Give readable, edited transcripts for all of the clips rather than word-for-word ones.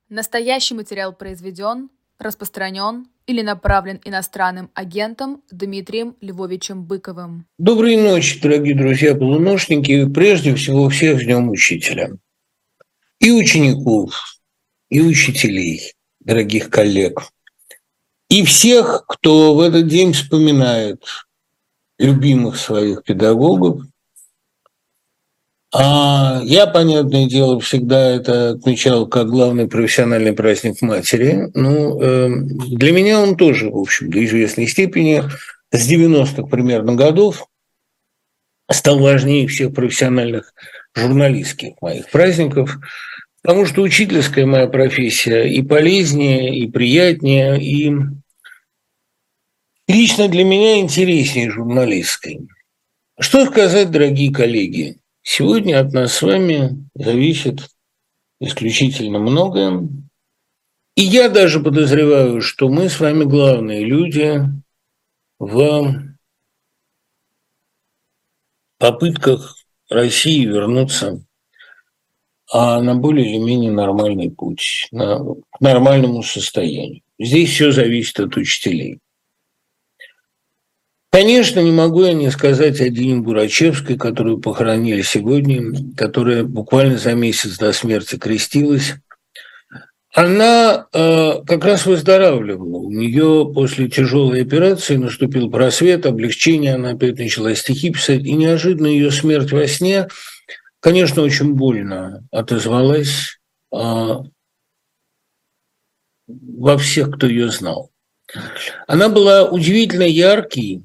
Настоящий материал произведен, распространен или направлен иностранным агентом Дмитрием Львовичем Быковым. Доброй ночи, дорогие друзья-полуношники. Прежде всего, всех с Днем Учителя. И учеников, и учителей, дорогих коллег. И всех, кто в этот день вспоминает любимых своих педагогов. А я, понятное дело, всегда это отмечал как главный профессиональный праздник матери. Для меня он тоже, в общем, до известной степени с 90-х примерно годов стал важнее всех профессиональных журналистских моих праздников, потому что учительская моя профессия и полезнее, и приятнее, и лично для меня интереснее журналистской. Что сказать, дорогие коллеги? Сегодня от нас с вами зависит исключительно многое. И я даже подозреваю, что мы с вами главные люди в попытках России вернуться на более или менее нормальный путь, к нормальному состоянию. Здесь все зависит от учителей. Конечно, не могу я не сказать о Дине Гурачевской, которую похоронили сегодня, которая буквально за месяц до смерти крестилась. Она как раз выздоравливала. У нее после тяжелой операции наступил просвет, облегчение, она опять начала стихи писать, и неожиданно ее смерть во сне, конечно, очень больно отозвалась во всех, кто ее знал. Она была удивительно яркий,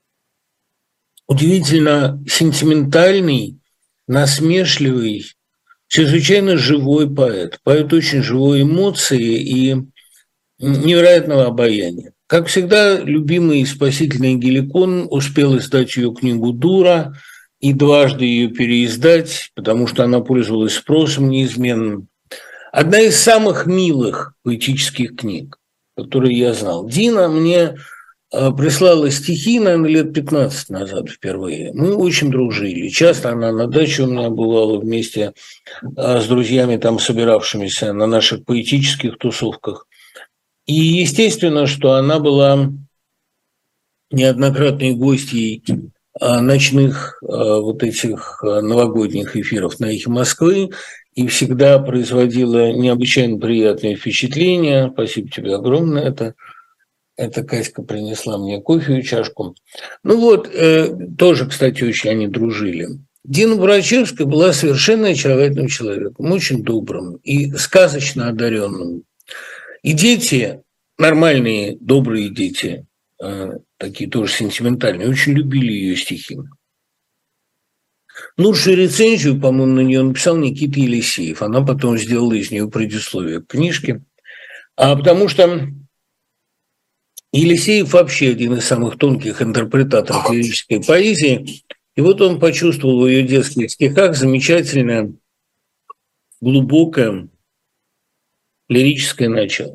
удивительно сентиментальный, насмешливый, чрезвычайно живой поэт. Поэт очень живой эмоции и невероятного обаяния. Как всегда, любимый спасительный Геликон успел издать ее книгу «Дура» и дважды ее переиздать, потому что она пользовалась спросом неизменным. Одна из самых милых поэтических книг, которые я знал. Дина мне прислала стихи, наверное, лет 15 назад впервые. Мы очень дружили. Часто она на даче у меня бывала вместе с друзьями, там собиравшимися на наших поэтических тусовках. И естественно, что она была неоднократной гостьей ночных вот этих новогодних эфиров на «Эхе Москвы» и всегда производила необычайно приятные впечатления. Спасибо тебе огромное. Это Катька принесла мне кофе и чашку. Тоже, кстати, очень они дружили. Дина Гурачевская была совершенно очаровательным человеком, очень добрым и сказочно одаренным. И дети, нормальные, добрые дети, такие тоже сентиментальные, очень любили ее стихи. Лучшую рецензию, по-моему, на нее написал Никита Елисеев. Она потом сделала из нее предисловие к книжке. Потому что Елисеев вообще один из самых тонких интерпретаторов лирической поэзии. И вот он почувствовал в ее детских стихах замечательное, глубокое лирическое начало.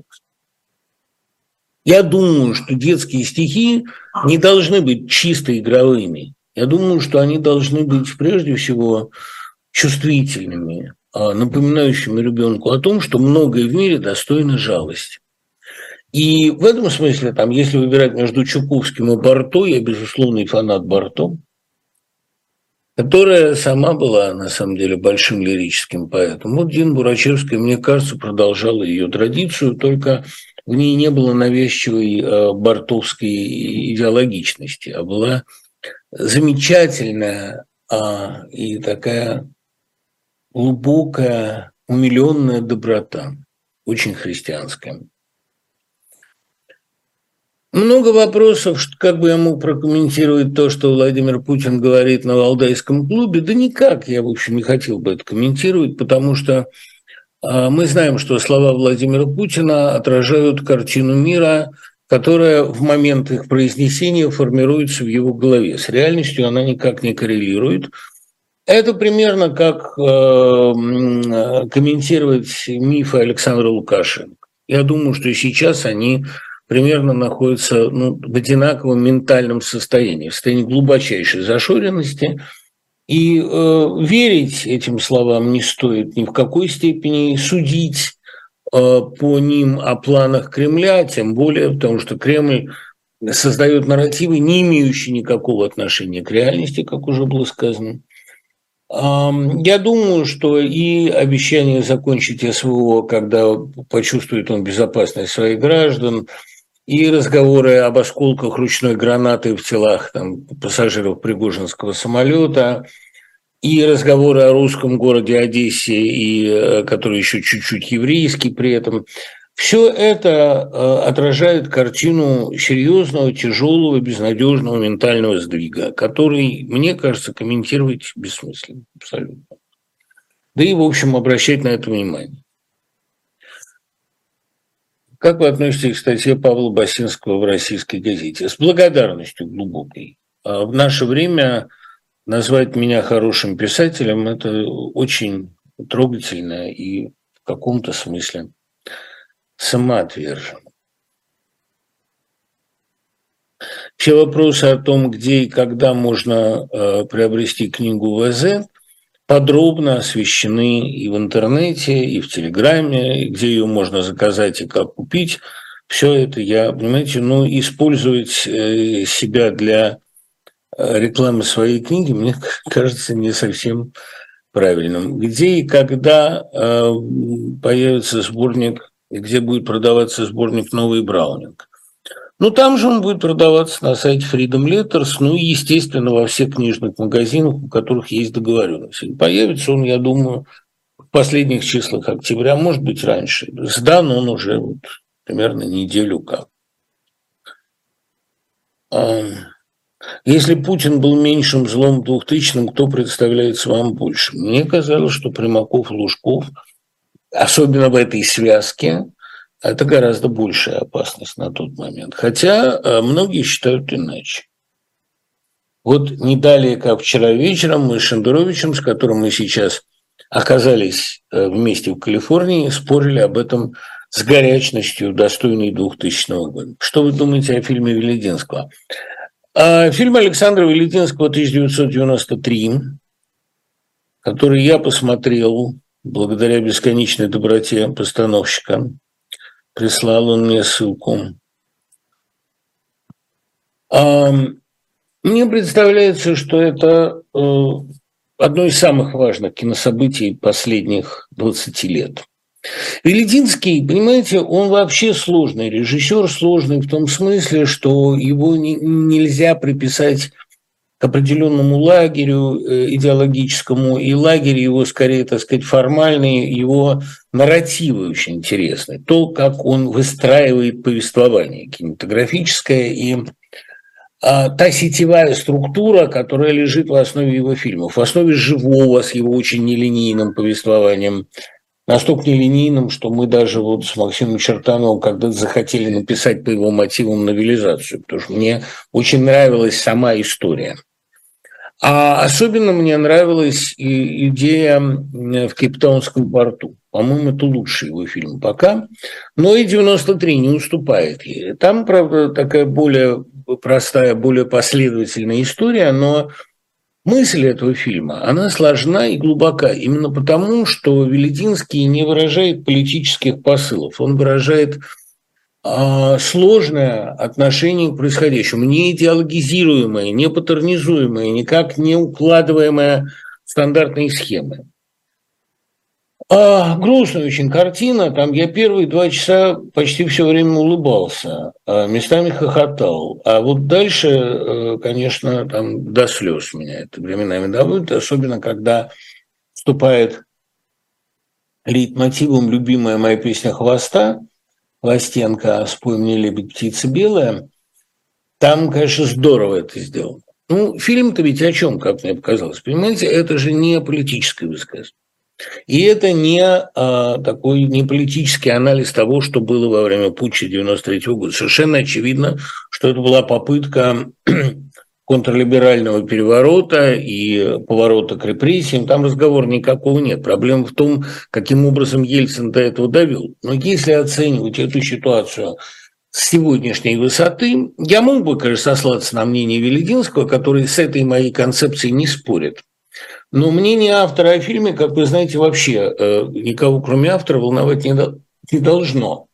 Я думаю, что детские стихи не должны быть чисто игровыми. Я думаю, что они должны быть прежде всего чувствительными, напоминающими ребенку о том, что многое в мире достойно жалости. И в этом смысле, если выбирать между Чуковским и Барто, я безусловный фанат Барто, которая сама была, на самом деле, большим лирическим поэтом. Вот Дина Гурачевская, мне кажется, продолжала ее традицию, только в ней не было навязчивой бартовской идеологичности, а была замечательная и такая глубокая, умиленная доброта, очень христианская. Много вопросов, как бы я мог прокомментировать то, что Владимир Путин говорит на Валдайском клубе. Да никак, я, в общем, не хотел бы это комментировать, потому что мы знаем, что слова Владимира Путина отражают картину мира, которая в момент их произнесения формируется в его голове. С реальностью она никак не коррелирует. Это примерно как комментировать мифы Александра Лукашенко. Я думаю, что сейчас они примерно находятся в одинаковом ментальном состоянии, в состоянии глубочайшей зашоренности. И верить этим словам не стоит ни в какой степени, судить по ним о планах Кремля, тем более, потому что Кремль создает нарративы, не имеющие никакого отношения к реальности, как уже было сказано. Я думаю, что и обещание закончить СВО, когда почувствует он безопасность своих граждан, и разговоры об осколках ручной гранаты в телах пассажиров Пригожинского самолета, и разговоры о русском городе Одессе, и который еще чуть-чуть еврейский при этом. Все это отражает картину серьезного, тяжелого, безнадежного ментального сдвига, который, мне кажется, комментировать бессмысленно абсолютно. Да и, в общем, обращать на это внимание. Как вы относитесь к статье Павла Басинского в «Российской газете»? С благодарностью глубокой. В наше время назвать меня хорошим писателем – это очень трогательно и в каком-то смысле самоотверженно. Все вопросы о том, где и когда можно приобрести книгу ВЗ, подробно освещены и в интернете, и в Телеграме, и где ее можно заказать и как купить. Все это я, понимаете, использовать себя для рекламы своей книги, мне кажется, не совсем правильным. Где и когда появится сборник, где будет продаваться сборник «Новый Браунинг». Там же он будет продаваться на сайте Freedom Letters, и, естественно, во всех книжных магазинах, у которых есть договоренность. И появится он, я думаю, в последних числах октября, может быть, раньше. Сдан он уже примерно неделю как. Если Путин был меньшим злом в 2000-м, кто представляется вам больше? Мне казалось, что Примаков и Лужков, особенно в этой связке, это гораздо большая опасность на тот момент. Хотя многие считают иначе. Не далее, как вчера вечером, мы с Шендеровичем, с которым мы сейчас оказались вместе в Калифорнии, спорили об этом с горячностью, достойной 2000 года. Что вы думаете о фильме Велединского? Фильм Александра Велединского 1993, который я посмотрел благодаря бесконечной доброте постановщика. Прислал он мне ссылку. Мне представляется, что это одно из самых важных кинособытий последних 20 лет. Велединский, понимаете, он вообще сложный режиссер, сложный в том смысле, что его нельзя приписать к определенному лагерю идеологическому, и лагерь его, скорее, так сказать, формальный, его нарративы очень интересны. То, как он выстраивает повествование кинематографическое и та сетевая структура, которая лежит в основе его фильмов, в основе живого, с его очень нелинейным повествованием, настолько нелинейным, что мы даже с Максимом Чертановым когда-то захотели написать по его мотивам новелизацию, потому что мне очень нравилась сама история. А особенно мне нравилась идея в Кейптаунском порту. По-моему, это лучший его фильм пока. Но и 93 не уступает ей. Там, правда, такая более простая, более последовательная история, но мысль этого фильма, она сложна и глубока именно потому, что Велединский не выражает политических посылов. Он выражает сложное отношение к происходящему, не идеологизируемое, не паттернизуемое, никак не укладываемое в стандартные схемы. Грустная очень картина. Там я первые 2 часа почти все время улыбался, местами хохотал. А дальше, конечно, там до слез меня это временами доводит, особенно когда вступает лейтмотивом любимая моя песня «Хвоста», Властенко «Спой мне, лебедь, птица белая». Там, конечно, здорово это сделано. Фильм-то ведь о чем, как мне показалось, понимаете, это же не политическое высказывание. И это не политический анализ того, что было во время путча 1993 года. Совершенно очевидно, что это была попытка контрлиберального переворота и поворота к репрессиям. Там разговора никакого нет. Проблема в том, каким образом Ельцин до этого довел. Но если оценивать эту ситуацию с сегодняшней высоты, я мог бы, конечно, сослаться на мнение Велединского, который с этой моей концепцией не спорит. Но мнение автора о фильме, как вы знаете, вообще никого, кроме автора, волновать Не должно.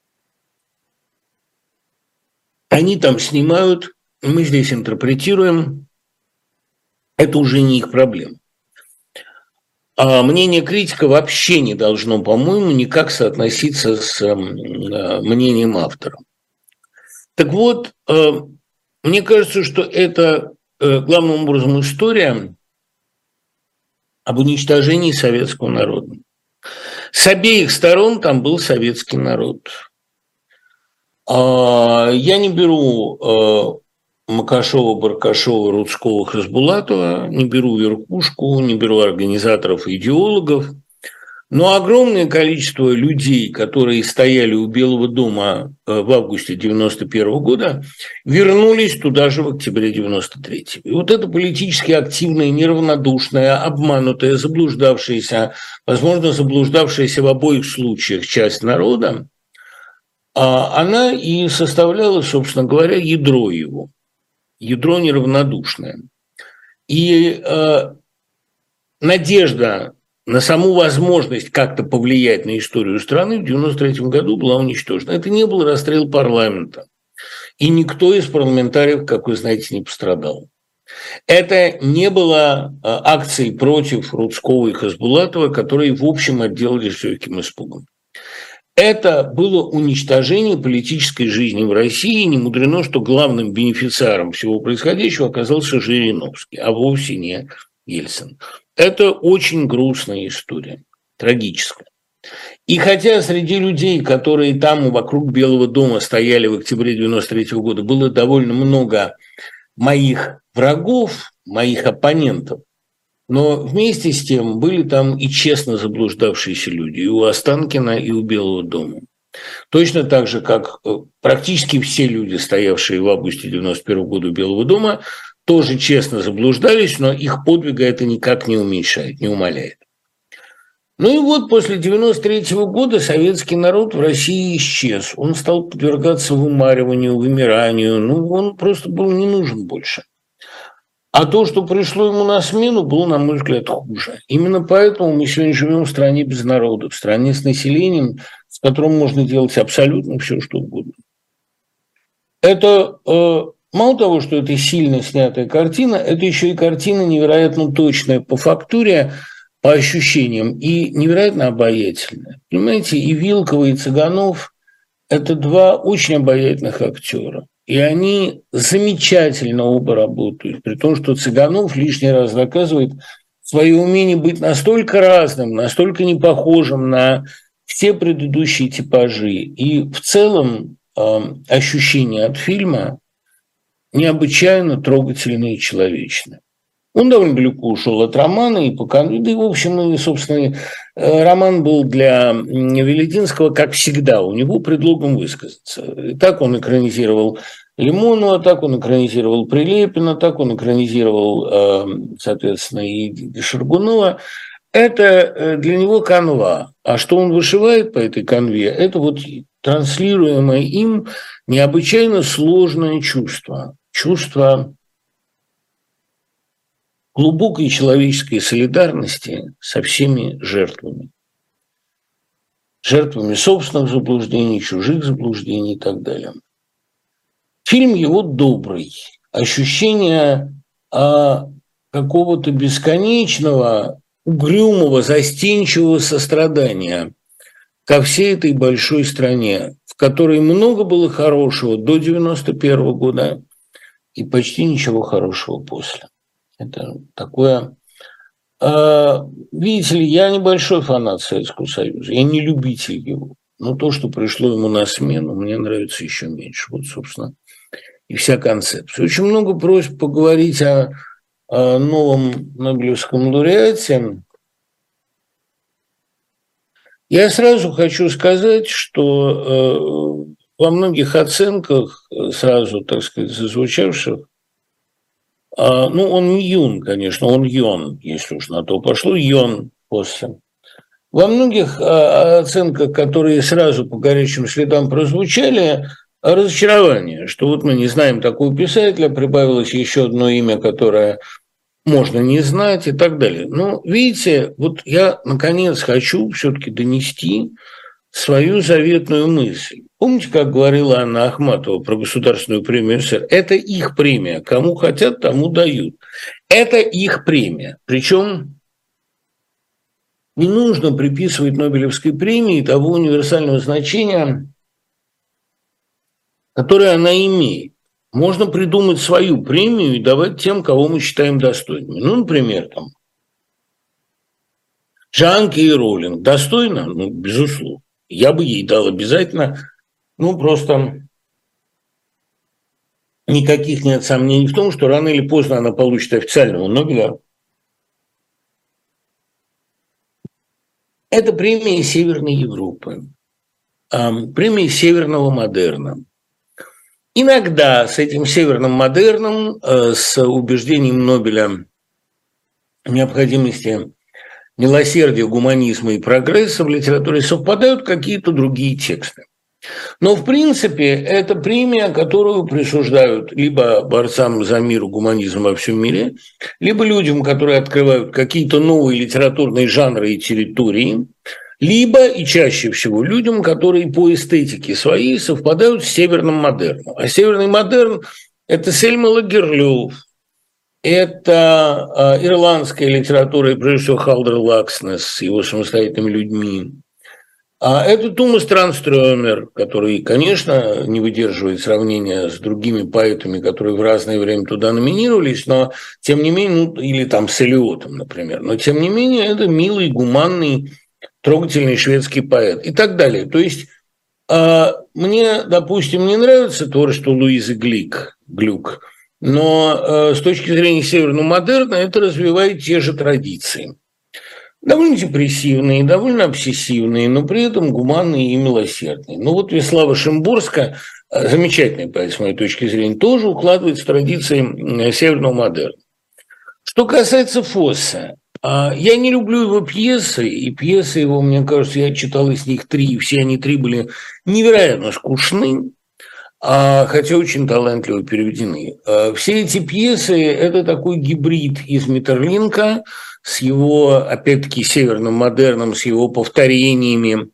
Они там снимают, мы здесь интерпретируем, это уже не их проблема. А мнение критика вообще не должно, по-моему, никак соотноситься с мнением автора. Так вот, мне кажется, что это главным образом история об уничтожении советского народа. С обеих сторон там был советский народ. Я не беру Макашова, Баркашова, Рудского, Хасбулатова, не беру верхушку, не беру организаторов и идеологов, но огромное количество людей, которые стояли у Белого дома в августе 1991 года, вернулись туда же в октябре 1993. И вот эта политически активная, неравнодушная, обманутая, заблуждавшаяся, возможно, заблуждавшаяся в обоих случаях часть народа, она и составляла, собственно говоря, ядро его, ядро неравнодушное. И надежда на саму возможность как-то повлиять на историю страны в 1993 году была уничтожена. Это не был расстрел парламента. И никто из парламентариев, как вы знаете, не пострадал. Это не было акцией против Рудского и Хасбулатова, которые, в общем, отделались легким испугом. Это было уничтожение политической жизни в России. Не мудрено, что главным бенефициаром всего происходящего оказался Жириновский, а вовсе не Ельцин. Это очень грустная история, трагическая. И хотя среди людей, которые там вокруг Белого дома стояли в октябре 1993 года, было довольно много моих врагов, моих оппонентов, но вместе с тем были там и честно заблуждавшиеся люди, и у Останкина, и у Белого дома. Точно так же, как практически все люди, стоявшие в августе 1991 года у Белого дома, тоже честно заблуждались, но их подвига это никак не уменьшает, не умаляет. Ну и вот после 1993 года советский народ в России исчез. Он стал подвергаться вымариванию, вымиранию. Ну, он просто был не нужен больше. А то, что пришло ему на смену, было, на мой взгляд, хуже. Именно поэтому мы сегодня живем в стране без народа, в стране с населением, с которым можно делать абсолютно все, что угодно. Это мало того, что это сильно снятая картина, это еще и картина невероятно точная по фактуре, по ощущениям, и невероятно обаятельная. Понимаете, и Вилкова, и Цыганов – это два очень обаятельных актера. И они замечательно оба работают, при том, что Цыганов лишний раз доказывает свое умение быть настолько разным, настолько непохожим на все предыдущие типажи. И в целом ощущения от фильма необычайно трогательные и человечные. Он довольно далеко ушел от романа, и да и, в общем, и, собственно, роман был для Велетинского, как всегда, у него предлогом высказаться. И так он экранизировал Лимонова, так он экранизировал Прилепина, так он экранизировал, соответственно, и Шаргунова. Это для него канва. А что он вышивает по этой канве, это вот транслируемое им необычайно сложное чувство. Чувство глубокой человеческой солидарности со всеми жертвами. Жертвами собственных заблуждений, чужих заблуждений и так далее. Фильм его добрый. Ощущение какого-то бесконечного, угрюмого, застенчивого сострадания ко всей этой большой стране, в которой много было хорошего до 1991 года и почти ничего хорошего после. Это такое... Видите ли, я небольшой фанат Советского Союза, я не любитель его. Но то, что пришло ему на смену, мне нравится еще меньше. Вот, собственно, и вся концепция. Очень много просьб поговорить о новом Нобелевском лауреате. Я сразу хочу сказать, что во многих оценках, сразу, так сказать, зазвучавших, ну, он не Юн, конечно, он Йон, если уж на то пошло, Йон после. Во многих оценках, которые сразу по горячим следам прозвучали, разочарование, что вот мы не знаем такого писателя, прибавилось еще одно имя, которое можно не знать и так далее. Но, видите, вот я, наконец, хочу все-таки донести свою заветную мысль. Помните, как говорила Анна Ахматова про Государственную премию СССР? Это их премия. Кому хотят, тому дают. Это их премия. Причем не нужно приписывать Нобелевской премии того универсального значения, которое она имеет. Можно придумать свою премию и давать тем, кого мы считаем достойными. Ну, например, там, Джанки Роулинг. Достойна? Ну, безусловно. Я бы ей дал обязательно. Ну, просто никаких нет сомнений в том, что рано или поздно она получит официального Нобеля. Это премия Северной Европы, премия Северного модерна. Иногда с этим северным модерном, с убеждением Нобеля в необходимости милосердия, гуманизма и прогресса в литературе совпадают какие-то другие тексты. Но, в принципе, это премия, которую присуждают либо борцам за мир и гуманизм во всем мире, либо людям, которые открывают какие-то новые литературные жанры и территории, либо, и чаще всего, людям, которые по эстетике своей совпадают с северным модерном. А северный модерн – это Сельма Лагерлёв, это ирландская литература, и прежде всего Халдер Лакснес с его самостоятельными людьми. А это Томас Транстрёмер, который, конечно, не выдерживает сравнения с другими поэтами, которые в разное время туда номинировались, но, тем не менее, ну, или там с Элиотом, например, но, тем не менее, это милый, гуманный, трогательный шведский поэт и так далее. То есть мне, допустим, не нравится творчество Луизы Глюк, но с точки зрения северного модерна это развивает те же традиции. Довольно депрессивные, довольно обсессивные, но при этом гуманные и милосердные. Ну вот Веслава Шимборска, замечательный поэт, с моей точки зрения, тоже укладывается в традиции северного модерна. Что касается Фосса, я не люблю его пьесы, и пьесы его, мне кажется, я читал из них 3, и все они 3 были невероятно скучны, хотя очень талантливо переведены. Все эти пьесы – это такой гибрид из Метерлинка с его, опять-таки, северным модерном, с его повторениями,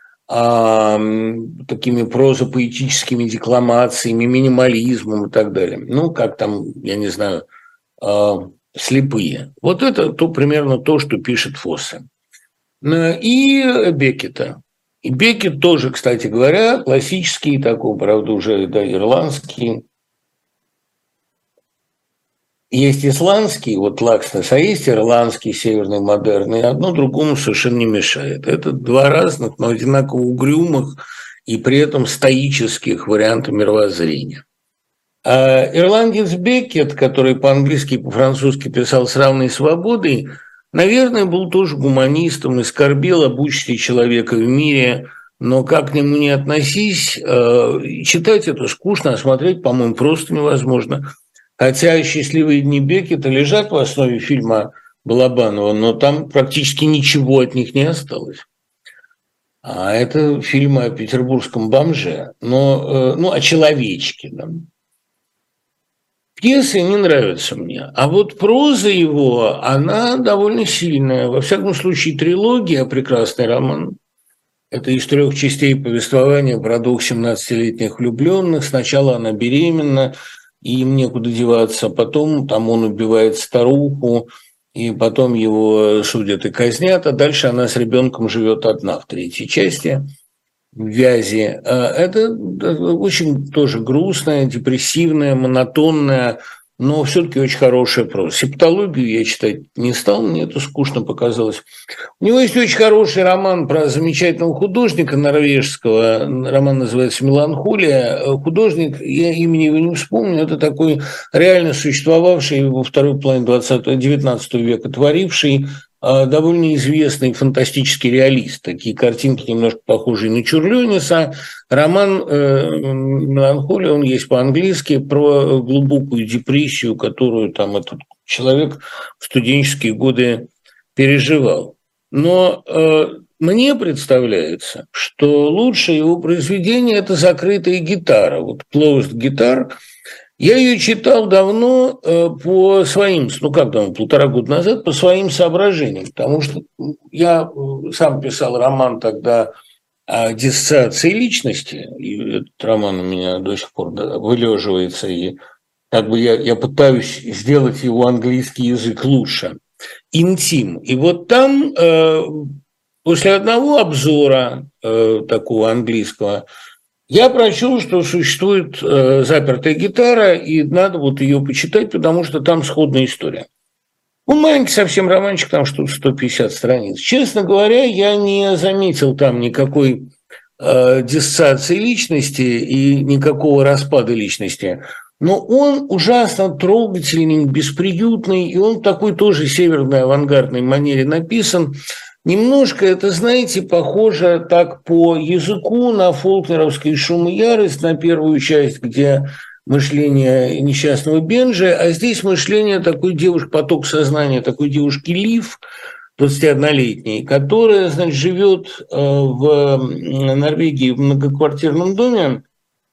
такими прозапоэтическими декламациями, минимализмом и так далее. Ну, как там, я не знаю, слепые. Вот это примерно то, что пишет Фоссе. И Беккета. И Беккет тоже, кстати говоря, классический такой, правда, уже ирландский. Есть исландский, вот Лакснес, а есть ирландский северный модерн, и одно другому совершенно не мешает. Это 2 разных, но одинаково угрюмых и при этом стоических варианта мировоззрения. А ирландец Беккет, который по-английски и по-французски писал с равной свободой, наверное, был тоже гуманистом и скорбел об участи человека в мире, но как к нему не относись, читать это скучно, а смотреть, по-моему, просто невозможно. Хотя «Счастливые дни Беккета» лежат в основе фильма Балабанова, но там практически ничего от них не осталось. А это фильм о петербургском бомже, но, о человечке. Да. Пьесы не нравятся мне, а вот проза его, она довольно сильная. Во всяком случае, трилогия «Прекрасный роман». Это из 3 частей повествования про 2 17-летних влюбленных. Сначала она беременна, и им некуда деваться. Потом там он убивает старуху, и потом его судят и казнят, а дальше она с ребенком живет одна в 3-й части в Вязи. Это очень тоже грустная, депрессивная, монотонная, но все-таки очень хорошая проза. Септологию я читать не стал, мне это скучно показалось. У него есть очень хороший роман про замечательного художника норвежского. Роман называется «Меланхолия». Художник, я имени его не вспомню, это такой реально существовавший во второй половине 19 века, творивший довольно известный фантастический реалист. Такие картинки немножко похожие на Чурлёниса. Роман «Меланхолия», он есть по-английски, про глубокую депрессию, которую там этот человек в студенческие годы переживал. Но мне представляется, что лучшее его произведение – это «Закрытая гитара». Вот «Closed Guitar». Я ее читал давно по своим, давно, 1,5 года назад, по своим соображениям, потому что я сам писал роман тогда диссоциации личности. И этот роман у меня до сих пор вылеживается, и как бы я пытаюсь сделать его английский язык лучше. Интим. И вот там после одного обзора такого английского я прочел, что существует запертая гитара, и надо вот ее почитать, потому что там сходная история. Ну, маленький совсем романчик, там что-то 150 страниц. Честно говоря, я не заметил там никакой диссоциации личности и никакого распада личности. Но он ужасно трогательный, бесприютный, и он в такой тоже северной авангардной манере написан. Немножко это, знаете, похоже так по языку на фолкнеровский «Шум и ярость», на первую часть, где мышление несчастного Бенджи, а здесь мышление такой девушки, поток сознания такой девушки Лив, 21-летней, которая, значит, живет в Норвегии в многоквартирном доме.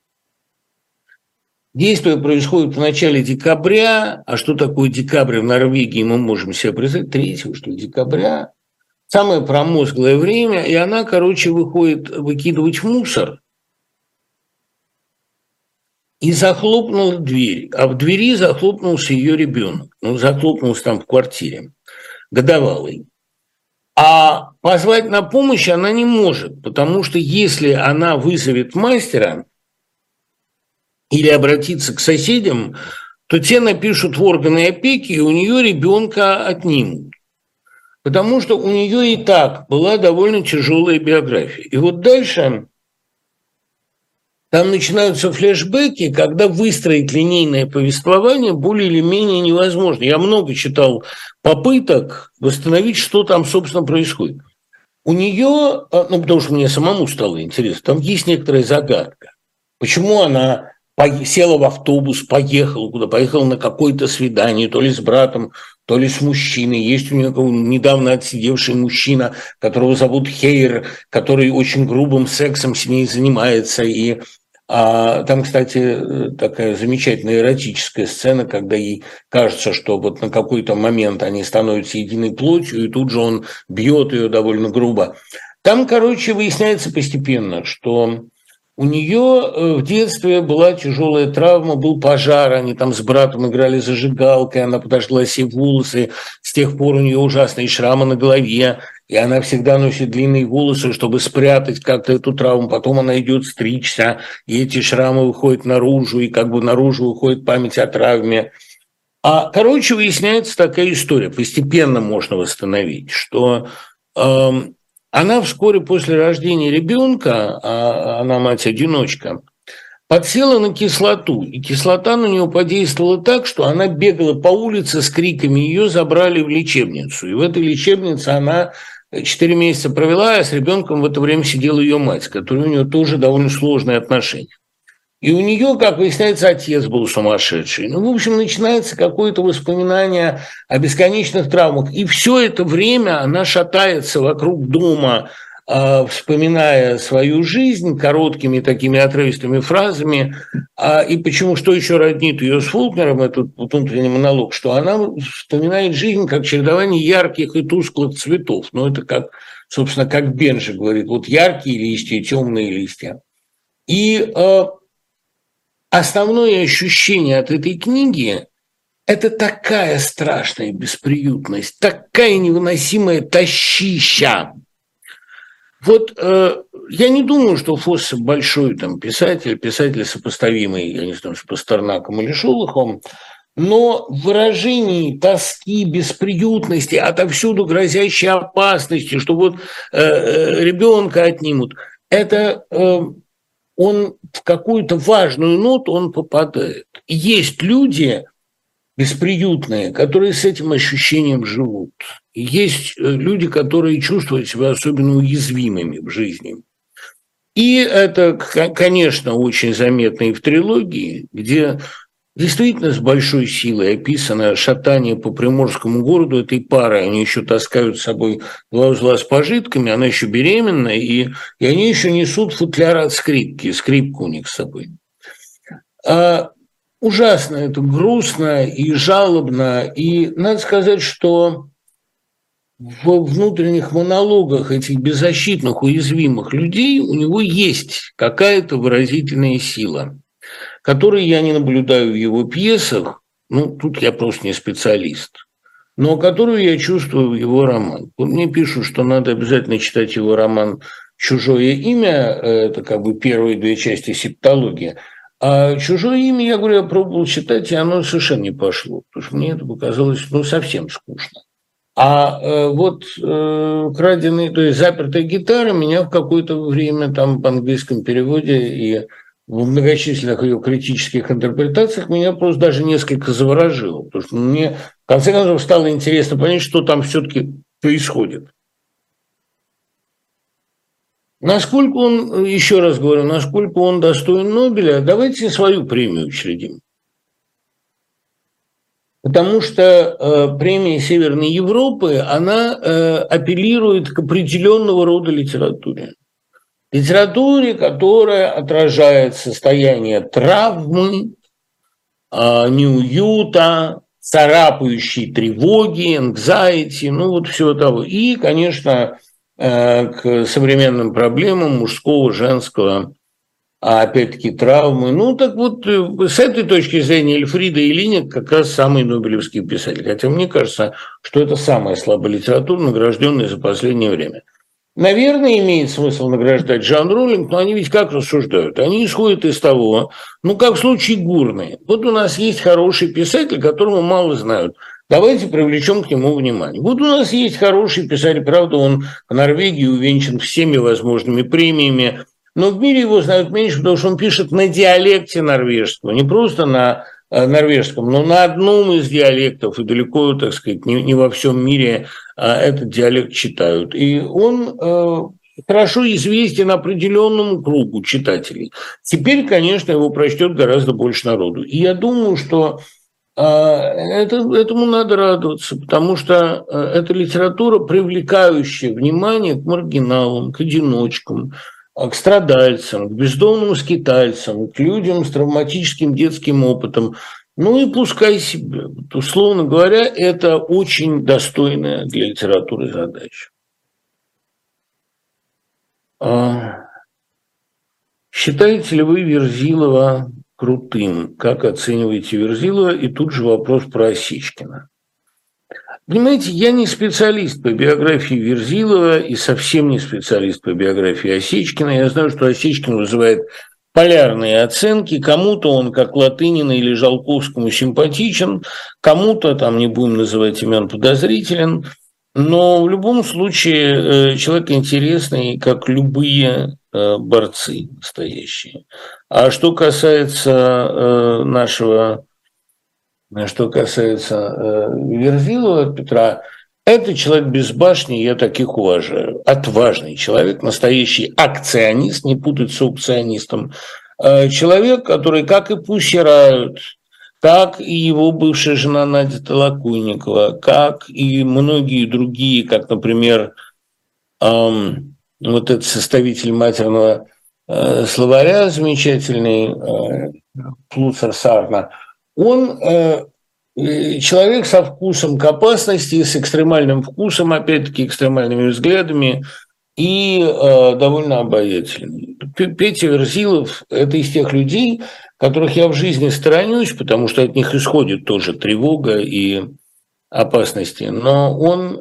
Действие происходит в начале декабря, а что такое декабрь в Норвегии, мы можем себе представить, 3 что ли, декабря, самое промозглое время, и она, короче, выходит выкидывать мусор, и захлопнула дверь, а в двери захлопнулся ее ребенок. Ну, захлопнулся там в квартире, годовалый. А позвать на помощь она не может, потому что если она вызовет мастера или обратиться к соседям, то те напишут в органы опеки, и у нее ребенка отнимут. Потому что у нее и так была довольно тяжелая биография. И вот дальше там начинаются флешбеки, когда выстроить линейное повествование более или менее невозможно. Я много читал попыток восстановить, что там, собственно, происходит. У нее, ну, потому что мне самому стало интересно, там есть некоторая загадка. Почему она села в автобус, поехала куда? Поехала на какое-то свидание, то ли с братом, то ли с мужчиной. Есть у нее недавно отсидевший мужчина, которого зовут Хейр, который очень грубым сексом с ней занимается. И там, кстати, такая замечательная эротическая сцена, когда ей кажется, что вот на какой-то момент они становятся единой плотью, и тут же он бьет ее довольно грубо. Там, короче, выясняется постепенно, что у нее в детстве была тяжелая травма, был пожар, они там с братом играли зажигалкой, она подожгла себе волосы, с тех пор у нее ужасные шрамы на голове, и она всегда носит длинные волосы, чтобы спрятать как-то эту травму, потом она идет стричься, и эти шрамы выходят наружу, и как бы наружу выходит память о травме. Короче, выясняется такая история, постепенно можно восстановить, что она вскоре после рождения ребенка, она мать-одиночка, подсела на кислоту, и кислота на нее подействовала так, что она бегала по улице с криками, ее забрали в лечебницу. И в этой лечебнице она 4 месяца провела, а с ребенком в это время сидела ее мать, с которой у нее тоже довольно сложные отношения. И у нее, как выясняется, отец был сумасшедший. Ну, в общем, начинается какое-то воспоминание о бесконечных травмах. И все это время она шатается вокруг дома, вспоминая свою жизнь короткими такими отрывистыми фразами. И почему, что еще роднит ее с Фолкнером, этот внутренний монолог, что она вспоминает жизнь как чередование ярких и тусклых цветов. Ну, это как, собственно, как Бенджи говорит, вот яркие листья, темные листья. И основное ощущение от этой книги – это такая страшная бесприютность, такая невыносимая тащища. Вот я не думаю, что Фоссе большой там, писатель сопоставимый, я не знаю, с Пастернаком или Шолоховым, но в выражении тоски, бесприютности, отовсюду грозящей опасности, что вот ребенка отнимут, это он в какую-то важную ноту он попадает. И есть люди бесприютные, которые с этим ощущением живут. И есть люди, которые чувствуют себя особенно уязвимыми в жизни. И это, конечно, очень заметно и в трилогии, где действительно с большой силой описано шатание по приморскому городу этой пары. Они еще таскают с собой 2 узла с пожитками, она еще беременна, и они еще несут футляр от скрипки, скрипку у них с собой. Ужасно это грустно и жалобно. И надо сказать, что в внутренних монологах этих беззащитных, уязвимых людей у него есть какая-то выразительная сила, которую я не наблюдаю в его пьесах, ну, тут я просто не специалист, но которую я чувствую в его романах. Вот мне пишут, что надо обязательно читать его роман «Чужое имя», это как бы первые две части септологии, а «Чужое имя», я говорю, я пробовал читать, и оно совершенно не пошло, потому что мне это показалось, ну, совсем скучно. А краденый, то есть запертая гитара меня в какое-то время там в английском переводе и в многочисленных ее критических интерпретациях меня просто даже несколько заворожило, потому что мне в конце концов стало интересно понять, что там все-таки происходит. Насколько он, еще раз говорю, насколько он достоин Нобеля, давайте свою премию учредим. Потому что премия Северной Европы, она апеллирует к определенного рода литературе. Литературе, которая отражает состояние травмы, неуюта, царапающей тревоги, anxiety, ну вот всего того. И, конечно, к современным проблемам мужского, женского, а опять-таки травмы. Ну, так вот, с этой точки зрения Эльфрида Елиник как раз самый нобелевский писатель. Хотя мне кажется, что это самая слабая литература, награжденная за последнее время. Наверное, имеет смысл награждать Джоан Роулинг, но они ведь как рассуждают? Они исходят из того, ну, как в случае Гурны. Вот у нас есть хороший писатель, которого мало знают. Давайте привлечем к нему внимание. Вот у нас есть хороший писатель, правда, он в Норвегии увенчан всеми возможными премиями, но в мире его знают меньше, потому что он пишет на диалекте норвежского, не просто на норвежском, но на одном из диалектов, и далеко, так сказать, не во всем мире этот диалект читают. И он хорошо известен определенному кругу читателей. Теперь, конечно, его прочтет гораздо больше народу. И я думаю, что этому надо радоваться, потому что это литература, привлекающая внимание к маргиналам, к одиночкам, к страдальцам, к бездомным скитальцам, к людям с травматическим детским опытом. Ну и пускай себе. Вот, условно говоря, это очень достойная для литературы задача. Считаете ли вы Верзилова крутым? Как оцениваете Верзилова? И тут же вопрос про Осечкина. Понимаете, я не специалист по биографии Верзилова и совсем не специалист по биографии Осечкина. Я знаю, что Осечкин вызывает полярные оценки. Кому-то он, как Латынина или Жалковскому, симпатичен, кому-то, там не будем называть имен, подозрителен. Но в любом случае человек интересный, как любые борцы настоящие. А что касается Верзилова Петра, это человек без башни, я таких уважаю. Отважный человек, настоящий акционист, не путать с аукционистом. Человек, который, как и Пусси Райот, как и его бывшая жена Надя Толоконникова, как и многие другие, как, например, вот этот составитель матерного словаря замечательный, Плуцер Сарна, он человек со вкусом к опасности, с экстремальным вкусом, опять-таки, экстремальными взглядами и довольно обаятельный. Петя Верзилов – это из тех людей, которых я в жизни сторонюсь, потому что от них исходит тоже тревога и опасности. Но он,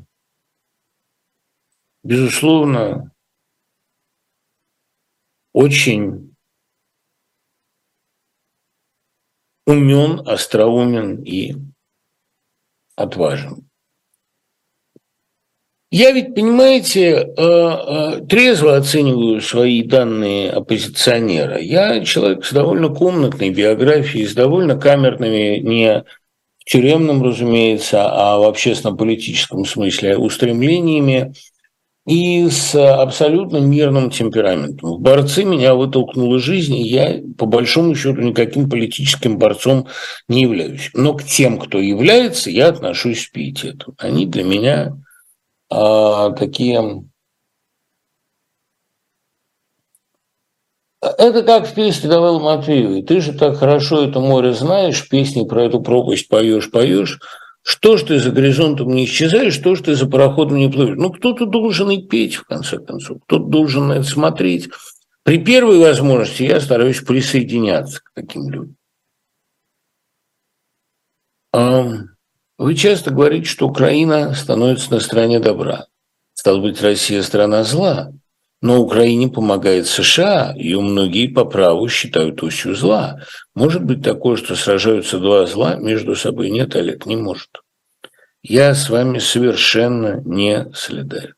безусловно, очень умен, остроумен и отважен. Я ведь, понимаете, трезво оцениваю свои данные оппозиционера. Я человек с довольно комнатной биографией, с довольно камерными, не в тюремном, разумеется, а в общественно-политическом смысле устремлениями и с абсолютно мирным темпераментом. В борцы меня вытолкнула жизнь, и я, по большому счету, никаким политическим борцом не являюсь. Но к тем, кто является, я отношусь с пиететом. Они для меня такие... Это как в песне Давыда Матвеевой. Ты же так хорошо это море знаешь, песни про эту пропасть поешь, Что ж ты за горизонтом не исчезаешь, что ж ты за пароходом не плывешь? Ну, кто-то должен и петь, в конце концов, кто-то должен на это смотреть. При первой возможности я стараюсь присоединяться к таким людям. Вы часто говорите, что Украина становится на стороне добра. Стало быть, Россия – страна зла, но Украине помогает США, ее многие по праву считают осью зла. Может быть такое, что сражаются два зла между собой? Нет, Олег, не может. Я с вами совершенно не солидарен.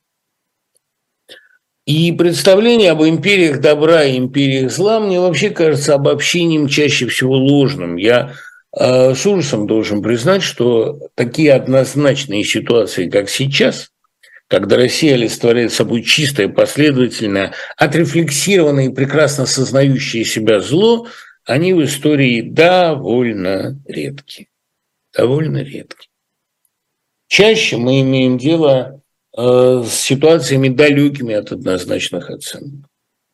И представление об империях добра и империях зла мне вообще кажется обобщением чаще всего ложным. Я с ужасом должен признать, что такие однозначные ситуации, как сейчас, когда Россия олицетворяет собой чистое, последовательное, отрефлексированное и прекрасно сознающее себя зло, они в истории довольно редки. Довольно редки. Чаще мы имеем дело с ситуациями далекими от однозначных оценок.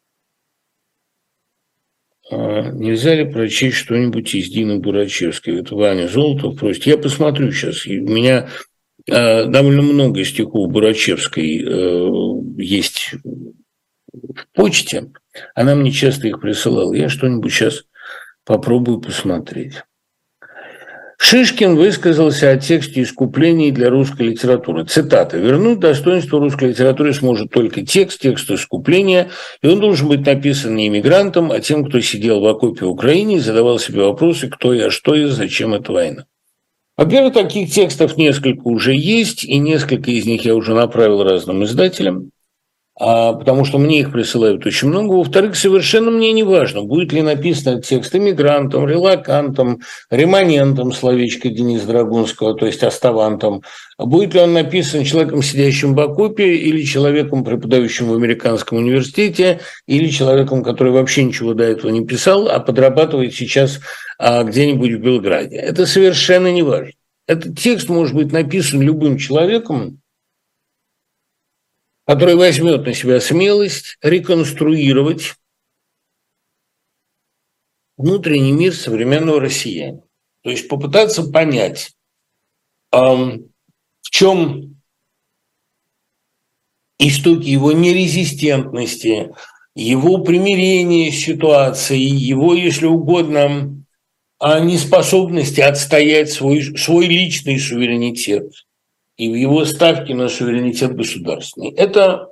Нельзя ли прочесть что-нибудь из Дины Бурачевской? Это Ваня Золотов просит. Я посмотрю сейчас. У меня довольно много стихов Бурачевской есть в почте. Она мне часто их присылала. Я что-нибудь сейчас попробую посмотреть. Шишкин высказался о тексте искуплений для русской литературы. Цитата. «Вернуть достоинство русской литературе сможет только текст искупления, и он должен быть написан не иммигрантом, а тем, кто сидел в окопе в Украине и задавал себе вопросы, кто я, что я, зачем эта война». Во-первых, таких текстов несколько уже есть, и несколько из них я уже направил разным издателям, потому что мне их присылают очень много. Во-вторых, совершенно мне не важно, будет ли написан этот текст иммигрантом, релакантом, реманентом, словечко Дениса Драгунского, то есть оставантом, будет ли он написан человеком, сидящим в окопе, или человеком, преподающим в американском университете, или человеком, который вообще ничего до этого не писал, а подрабатывает сейчас где-нибудь в Белграде. Это совершенно не важно. Этот текст может быть написан любым человеком, который возьмет на себя смелость реконструировать внутренний мир современного россиянина. То есть попытаться понять, в чем истоки его нерезистентности, его примирения с ситуацией, его, если угодно, неспособности отстоять свой личный суверенитет и в его ставке на суверенитет государственный. Это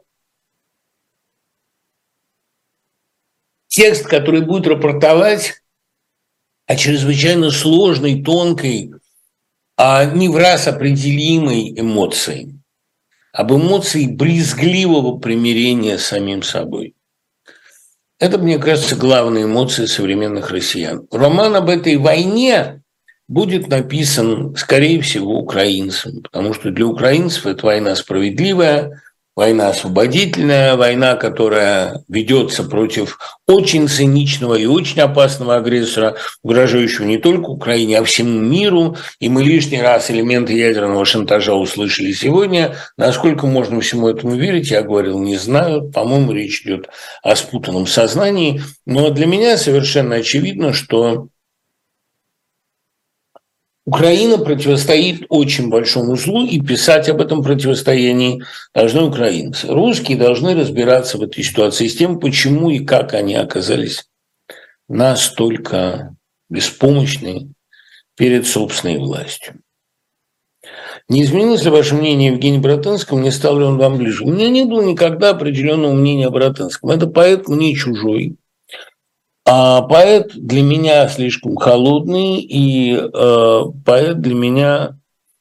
текст, который будет рапортовать о чрезвычайно сложной, тонкой, не в раз определимой эмоции, об эмоции брезгливого примирения с самим собой. Это, мне кажется, главная эмоция современных россиян. Роман об этой войне будет написан, скорее всего, украинцам, потому что для украинцев это война справедливая, война освободительная, война, которая ведется против очень циничного и очень опасного агрессора, угрожающего не только Украине, а всему миру. И мы лишний раз элементы ядерного шантажа услышали сегодня. Насколько можно всему этому верить, я говорил, не знаю. По-моему, речь идет о спутанном сознании. Но для меня совершенно очевидно, что Украина противостоит очень большому злу, и писать об этом противостоянии должны украинцы. Русские должны разбираться в этой ситуации с тем, почему и как они оказались настолько беспомощны перед собственной властью. Не изменилось ли ваше мнение о Евгении Братынском, не стал ли он вам ближе? У меня не было никогда определенного мнения о Братынском. Это поэт мне чужой. А поэт для меня слишком холодный, и поэт для меня,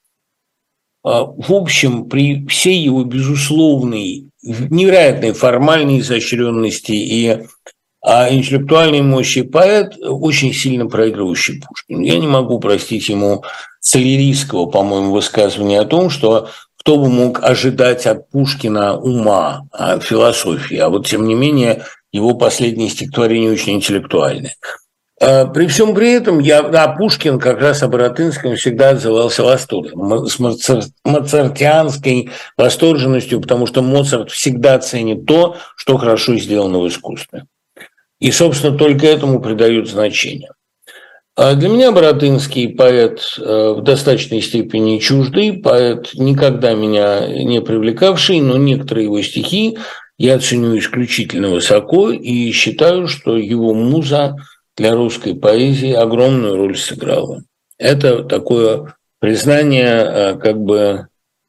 в общем, при всей его безусловной, невероятной формальной изощренности и интеллектуальной мощи, поэт, очень сильно проигрывающий Пушкину. Я не могу простить ему солерийского, по-моему, высказывания о том, что кто бы мог ожидать от Пушкина ума, философии, а вот тем не менее его последние стихотворения очень интеллектуальные. При всем при этом Пушкин как раз о Баратынском всегда отзывался восторженно, с моцартианской восторженностью, потому что Моцарт всегда ценит то, что хорошо сделано в искусстве. И, собственно, только этому придают значение. А для меня Баратынский поэт в достаточной степени чуждый, поэт, никогда меня не привлекавший, но некоторые его стихи я ценю исключительно высоко и считаю, что его муза для русской поэзии огромную роль сыграла. Это такое признание как бы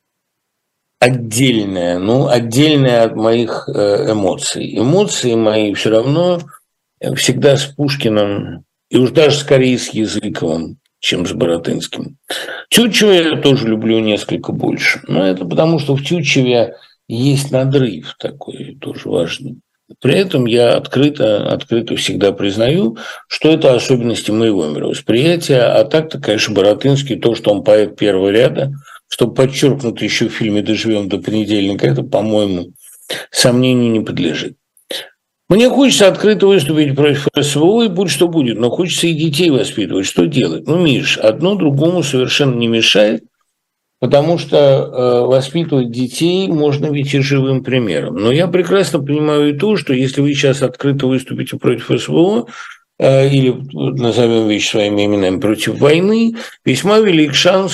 отдельное, отдельное от моих эмоций. Эмоции мои все равно всегда с Пушкиным, и уж даже скорее с Языковым, чем с Баратынским. Тютчева я тоже люблю несколько больше. Но это потому, что в Тютчеве есть надрыв такой тоже важный. При этом я открыто всегда признаю, что это особенности моего мировосприятия. А так-то, конечно, Баратынский, то, что он поэт первого ряда, что подчеркнуто еще в фильме «Доживем до понедельника», это, по-моему, сомнению не подлежит. Мне хочется открыто выступить против СВО, и будь что будет, но хочется и детей воспитывать. Что делать? Миш, одно другому совершенно не мешает, потому что воспитывать детей можно ведь и живым примером. Но я прекрасно понимаю и то, что если вы сейчас открыто выступите против СВО, или назовем вещи своими именами, против войны, весьма велик шанс,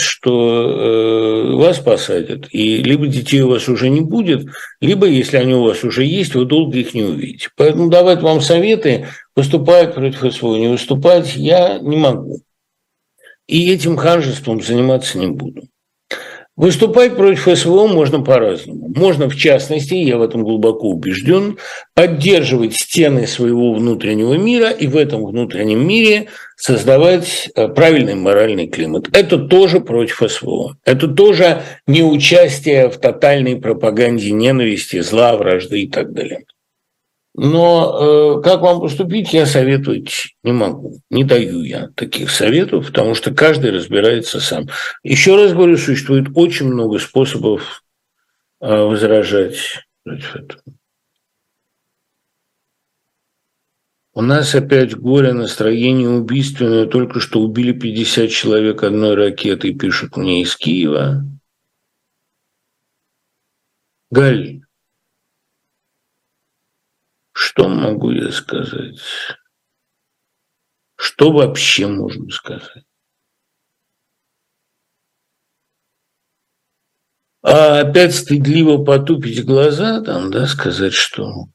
что вас посадят. И либо детей у вас уже не будет, либо, если они у вас уже есть, вы долго их не увидите. Поэтому давать вам советы, выступать против СВО, не выступать, я не могу. И этим ханжеством заниматься не буду. Выступать против СВО можно по-разному. Можно, в частности, я в этом глубоко убежден, поддерживать стены своего внутреннего мира и в этом внутреннем мире создавать правильный моральный климат. Это тоже против СВО. Это тоже не участие в тотальной пропаганде ненависти, зла, вражды и так далее. Но как вам поступить, я советовать не могу. Не даю я таких советов, потому что каждый разбирается сам. Еще раз говорю, существует очень много способов возражать против этого. У нас опять горе, настроение убийственное. Только что убили 50 человек одной ракетой, пишут мне из Киева. Галь, что могу я сказать? Что вообще можно сказать? А опять стыдливо потупить глаза, сказать, что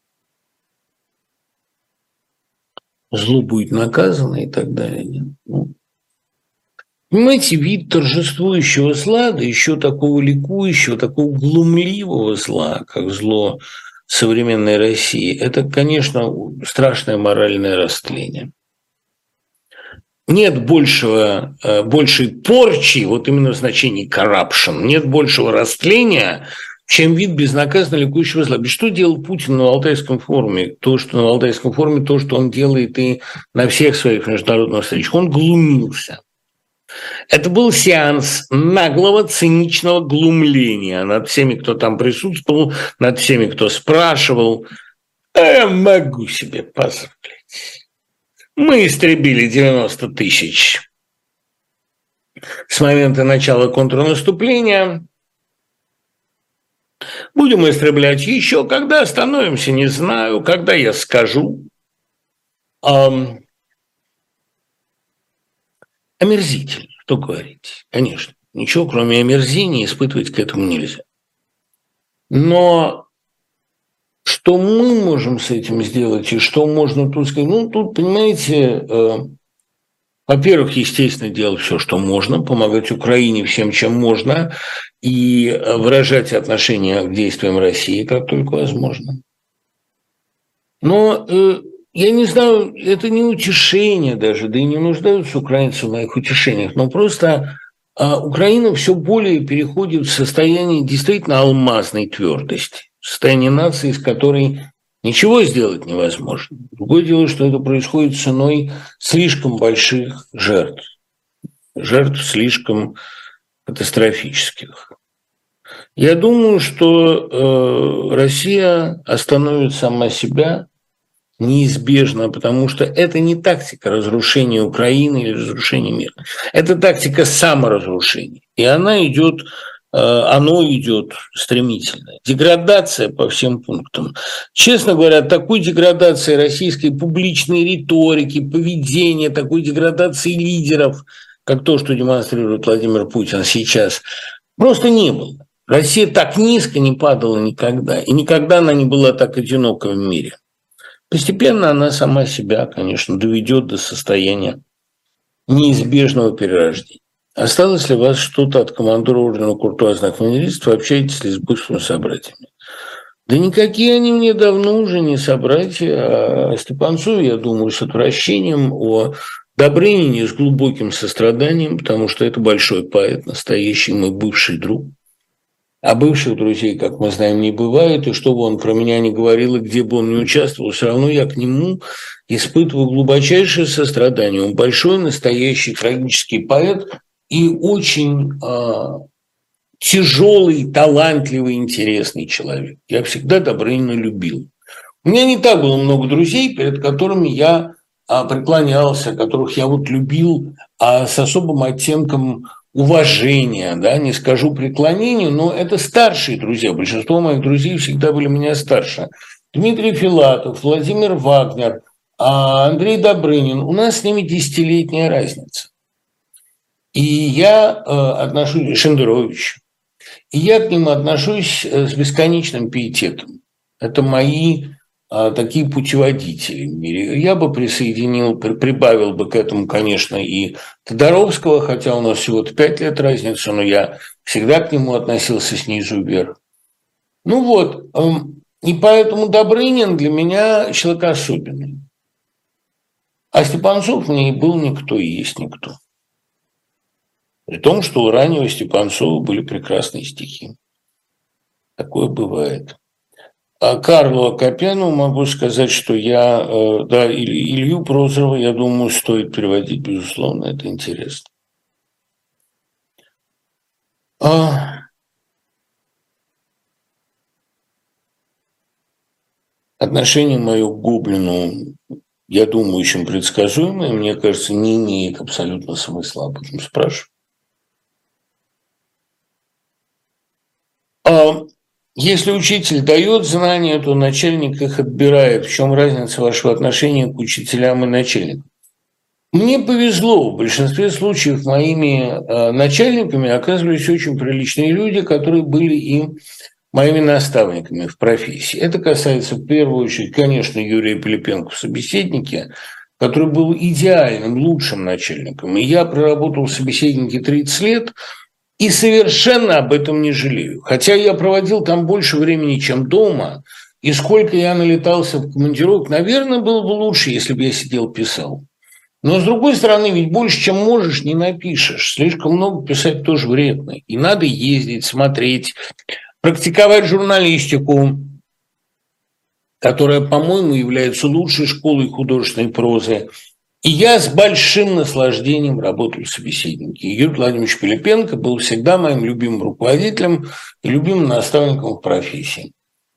зло будет наказано и так далее. Понимаете, вид торжествующего зла, да еще такого ликующего, такого глумливого зла, как зло современной России, это, конечно, страшное моральное растление. Нет большей порчи, вот именно в значении corruption, нет большего растления, чем вид безнаказанно ликующего зла. Ведь что делал Путин на Валдайском форуме? То, что он делает и на всех своих международных встречах. Он глумился. Это был сеанс наглого, циничного глумления над всеми, кто там присутствовал, над всеми, кто спрашивал. А я могу себе позволить. Мы истребили 90 тысяч с момента начала контрнаступления. Будем истреблять еще. Когда остановимся, не знаю. Когда я скажу. Омерзительно, что говорить. Конечно, ничего, кроме омерзения, испытывать к этому нельзя. Но что мы можем с этим сделать и что можно тут сказать? Тут, понимаете, во-первых, естественно, делать все, что можно, помогать Украине всем, чем можно, и выражать отношение к действиям России, как только возможно. Но я не знаю, это не утешение даже, да и не нуждаются украинцы в моих утешениях, но просто Украина все более переходит в состояние действительно алмазной твердости, состояние нации, с которой ничего сделать невозможно. Другое дело, что это происходит ценой слишком больших жертв слишком катастрофических. Я думаю, что Россия остановит сама себя неизбежно, потому что это не тактика разрушения Украины или разрушения мира. Это тактика саморазрушения. И она идет оно идет стремительно. Деградация по всем пунктам. Честно говоря, такой деградации российской публичной риторики, поведения, такой деградации лидеров, как то, что демонстрирует Владимир Путин сейчас, просто не было. Россия так низко не падала никогда, и никогда она не была так одинока в мире. Постепенно она сама себя, конечно, доведет до состояния неизбежного перерождения. Осталось ли у вас что-то от командора ордена куртуазных кавалеристов? Вы общаетесь ли с бывшими собратьями? Да никакие они мне давно уже не собратья. А Степанцове, я думаю, с отвращением, о Добрынине с глубоким состраданием, потому что это большой поэт, настоящий мой бывший друг. А бывших друзей, как мы знаем, не бывает, и что бы он про меня ни говорил, и где бы он ни участвовал, все равно я к нему испытываю глубочайшее сострадание. Он большой, настоящий, трагический поэт и очень тяжелый, талантливый, интересный человек. Я всегда Добрынина любил. У меня не так было много друзей, перед которыми я преклонялся, которых я вот любил с особым оттенком уважения, да, не скажу преклонения, но это старшие друзья. Большинство моих друзей всегда были меня старше. Дмитрий Филатов, Владимир Вагнер, Андрей Добрынин. У нас с ними десятилетняя разница. И я отношусь, Шендерович, и я к ним отношусь с бесконечным пиететом. Это мои такие путеводители в мире. Я бы присоединил, прибавил бы к этому, конечно, и Тодоровского, хотя у нас всего-то 5 лет разница, но я всегда к нему относился снизу вверх. Ну вот, и поэтому Добрынин для меня человек особенный. А Степанцов мне и был никто, и есть никто. При том, что у раннего Степанцова были прекрасные стихи. Такое бывает. А Карлу Акопяну могу сказать, что я, да, Илью Прозорова, я думаю, стоит переводить, безусловно, это интересно. Отношение мое к Гоблину, я думаю, очень предсказуемое, мне кажется, не имеет абсолютно смысла об этом спрашивать. Если учитель дает знания, то начальник их отбирает. В чем разница вашего отношения к учителям и начальникам? Мне повезло. В большинстве случаев моими начальниками оказывались очень приличные люди, которые были и моими наставниками в профессии. Это касается в первую очередь, конечно, Юрия Пилипенко в собеседнике, который был идеальным, лучшим начальником. И я проработал в собеседнике 30 лет, и совершенно об этом не жалею. Хотя я проводил там больше времени, чем дома, и сколько я налетался в командировок, наверное, было бы лучше, если бы я сидел писал. Но, с другой стороны, ведь больше, чем можешь, не напишешь. Слишком много писать тоже вредно. И надо ездить, смотреть, практиковать журналистику, которая, по-моему, является лучшей школой художественной прозы. И я с большим наслаждением работаю в собеседнике. Юрий Владимирович Пилипенко был всегда моим любимым руководителем и любимым наставником в профессии.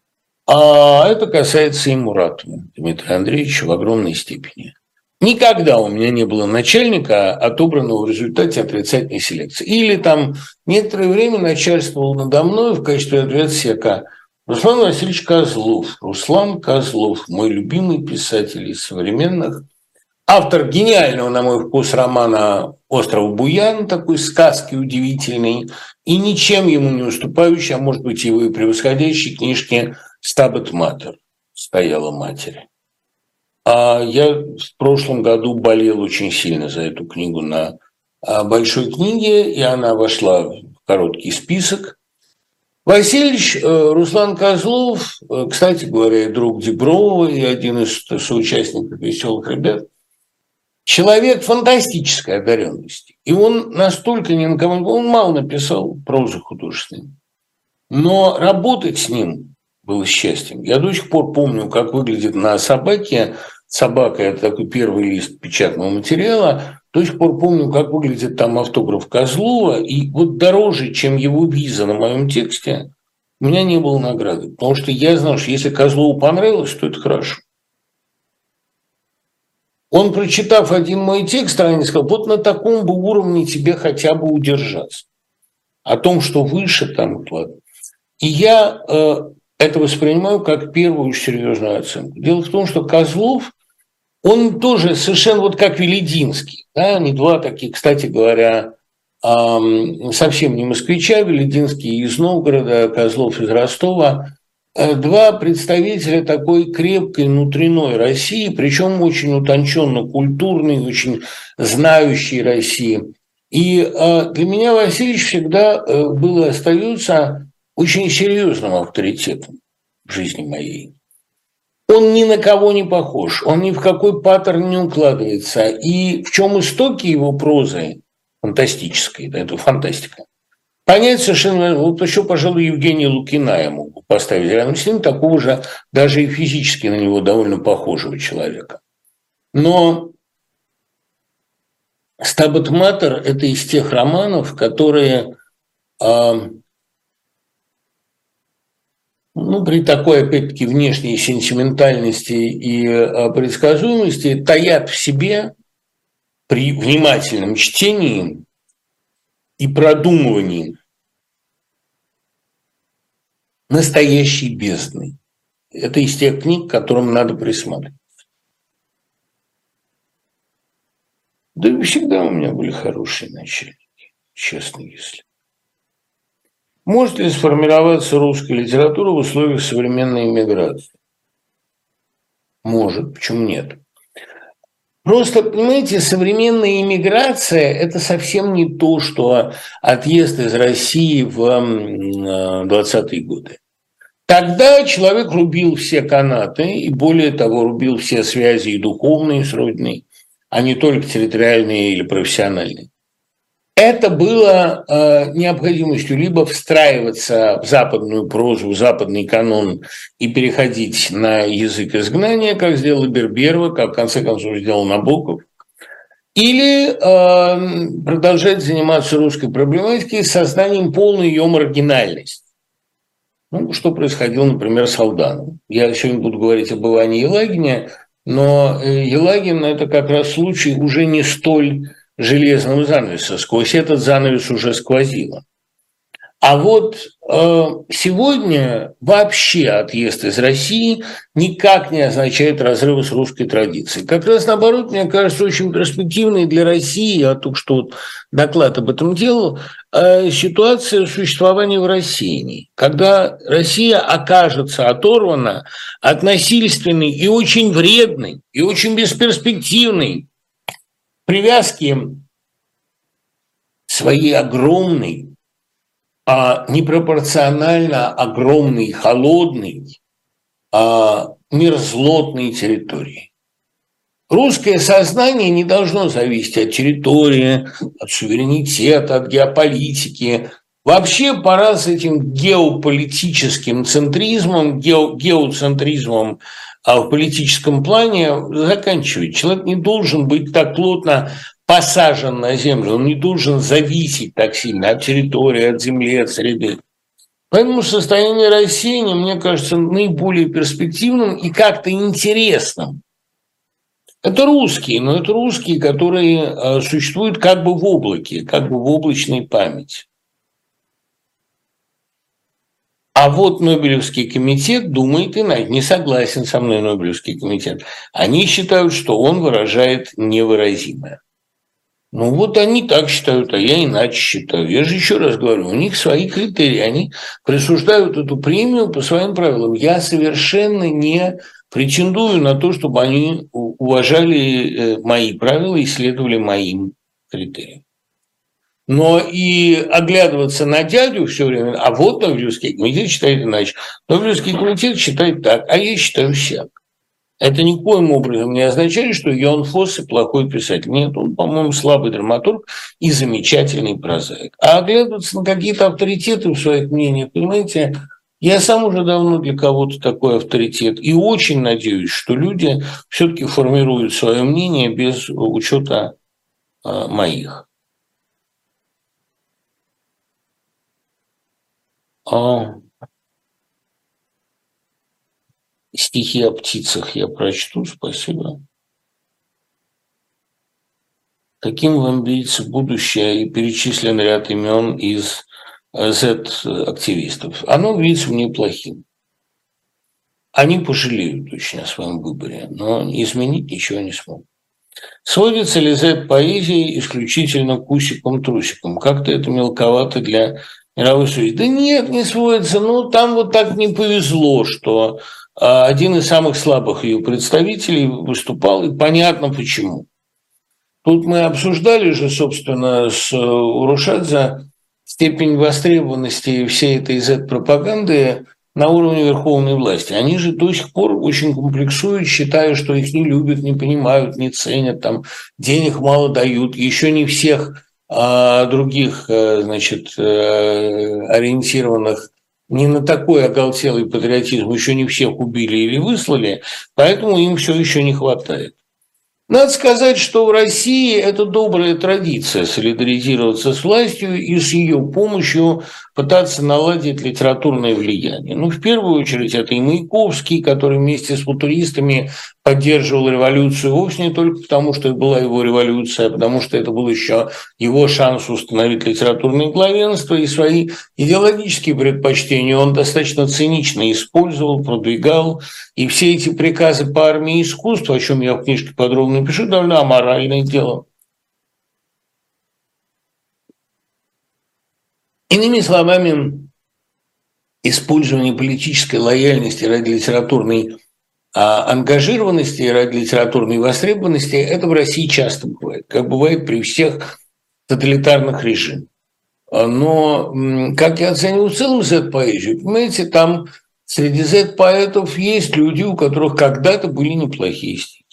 А это касается и Муратова Дмитрия Андреевича в огромной степени. Никогда у меня не было начальника, отобранного в результате отрицательной селекции. Или там некоторое время начальствовал надо мной в качестве ответсека Руслан Васильевич Козлов. Руслан Козлов, мой любимый писатель из современных. Автор гениального, на мой вкус, романа «Остров Буян», такой сказки удивительной, и ничем ему не уступающий, а может быть, его и превосходящей книжки «Стабат Матер», «Стояла матерь». А я в прошлом году болел очень сильно за эту книгу на большой книге, и она вошла в короткий список. Васильевич Руслан Козлов, кстати говоря, друг Деброва и один из соучастников «Веселых ребят», человек фантастической одаренности. И он настолько ни на кого, он мало написал прозы художественной, но работать с ним было счастьем. Я до сих пор помню, как выглядит на «Собаке». «Собака» – это такой первый лист печатного материала. До сих пор помню, как выглядит там автограф Козлова. И вот дороже, чем его виза на моем тексте, у меня не было награды. Потому что я знал, что если Козлову понравилось, то это хорошо. Он, прочитав один мой текст, ранее сказал, вот на таком бы уровне тебе хотя бы удержаться. о том, что выше там плат. И я это воспринимаю как первую очень серьезную оценку. Дело в том, что Козлов, он тоже совершенно вот как Велединский. Да? Они два таких, кстати говоря, совсем не москвича, Велединский из Новгорода, Козлов из Ростова. Два представителя такой крепкой внутренней России, причем очень утонченно культурной, очень знающей России. И для меня Васильевич всегда был и остается очень серьезным авторитетом в жизни моей. Он ни на кого не похож, он ни в какой паттерн не укладывается. И в чем истоки его прозы фантастической, да, это фантастика. Понять совершенно, вот еще, пожалуй, Евгения Лукина я мог бы поставить рядом с ним, такого же, даже и физически на него довольно похожего человека. Но «Стабат Матер» – это из тех романов, которые, при такой, опять-таки, внешней сентиментальности и предсказуемости таят в себе при внимательном чтении и продумывании настоящей бездны. Это из тех книг, к которым надо присматриваться. Да и всегда у меня были хорошие начальники, честно если. Может ли сформироваться русская литература в условиях современной иммиграции? Может, почему нет? Просто, понимаете, современная иммиграция – это совсем не то, что отъезд из России в 20-е годы. Тогда человек рубил все канаты, и более того, рубил все связи и духовные с Родиной, а не только территориальные или профессиональные. Это было необходимостью либо встраиваться в западную прозу, в западный канон и переходить на язык изгнания, как сделала Берберова, как в конце концов сделал Набоков, или продолжать заниматься русской проблематикой с сознанием полной ее маргинальности. Что происходило, например, с Алданом. Я сегодня буду говорить об Иване Елагине, но Елагин – это как раз случай уже не столь железного занавеса. Сквозь этот занавес уже сквозило. А вот сегодня вообще отъезд из России никак не означает разрыва с русской традицией. Как раз наоборот, мне кажется, очень перспективной для России, я только что вот доклад об этом делал, ситуация существования в России. Когда Россия окажется оторвана от насильственной и очень вредной, и очень бесперспективной привязки своей огромной, непропорционально огромной, холодной, мерзлотной территории. Русское сознание не должно зависеть от территории, от суверенитета, от геополитики. Вообще пора с этим геополитическим центризмом, геоцентризмом в политическом плане заканчивать. Человек не должен быть так плотно посажен на землю, он не должен зависеть так сильно от территории, от земли, от среды. Поэтому состояние рассеяния, мне кажется, наиболее перспективным и как-то интересным. Это русские, но это русские, которые существуют как бы в облаке, как бы в облачной памяти. А вот Нобелевский комитет думает иначе, не согласен со мной Нобелевский комитет. Они считают, что он выражает невыразимое. Вот они так считают, а я иначе считаю. Я же еще раз говорю, у них свои критерии, они присуждают эту премию по своим правилам. Я совершенно не претендую на то, чтобы они уважали мои правила и следовали моим критериям. Но и оглядываться на дядю все время, а вот Нобелевский комитет считает иначе. Нобелевский комитет считает так, а я считаю сяк. Это никоим образом не означает, что Йоан Фоссе плохой писатель. Нет, он, по-моему, слабый драматург и замечательный прозаик. А оглядываться на какие-то авторитеты в своих мнениях, понимаете, я сам уже давно для кого-то такой авторитет. И очень надеюсь, что люди все-таки формируют свое мнение без учета моих. Стихи о птицах я прочту, спасибо. Каким вам видится будущее? И перечислен ряд имен из Z-активистов, оно видится мне плохим. Они пожалеют очень о своем выборе, но изменить ничего не смогут. Сводится ли Z-поэзия исключительно к усикам-трусикам? Как-то это мелковато для мировой судьи. Да нет, не сводится. Ну, там вот так не повезло, что один из самых слабых ее представителей выступал, и понятно почему. Тут мы обсуждали же, собственно, с Урушадзе степень востребованности всей этой Z-пропаганды на уровне верховной власти. Они же до сих пор очень комплексуют, считая, что их не любят, не понимают, не ценят, там, денег мало дают. Еще не всех других, значит, ориентированных не на такой оголтелый патриотизм, еще не всех убили или выслали, поэтому им все еще не хватает. Надо сказать, что в России это добрая традиция солидаризироваться с властью и с ее помощью пытаться наладить литературное влияние. Ну, в первую очередь, это и Маяковский, который вместе с футуристами поддерживал революцию вовсе не только потому, что это была его революция, а потому что это был еще его шанс установить литературное главенство, и свои идеологические предпочтения он достаточно цинично использовал, продвигал. И все эти приказы по армии и искусству, о чем я в книжке подробно пишу, довольно аморальное дело. Иными словами, использование политической лояльности ради литературной ангажированности, ради литературной востребованности, это в России часто бывает, как бывает при всех тоталитарных режимах. Но, как я оцениваю в целом Z-поэзию, понимаете, там среди Z-поэтов есть люди, у которых когда-то были неплохие стихи.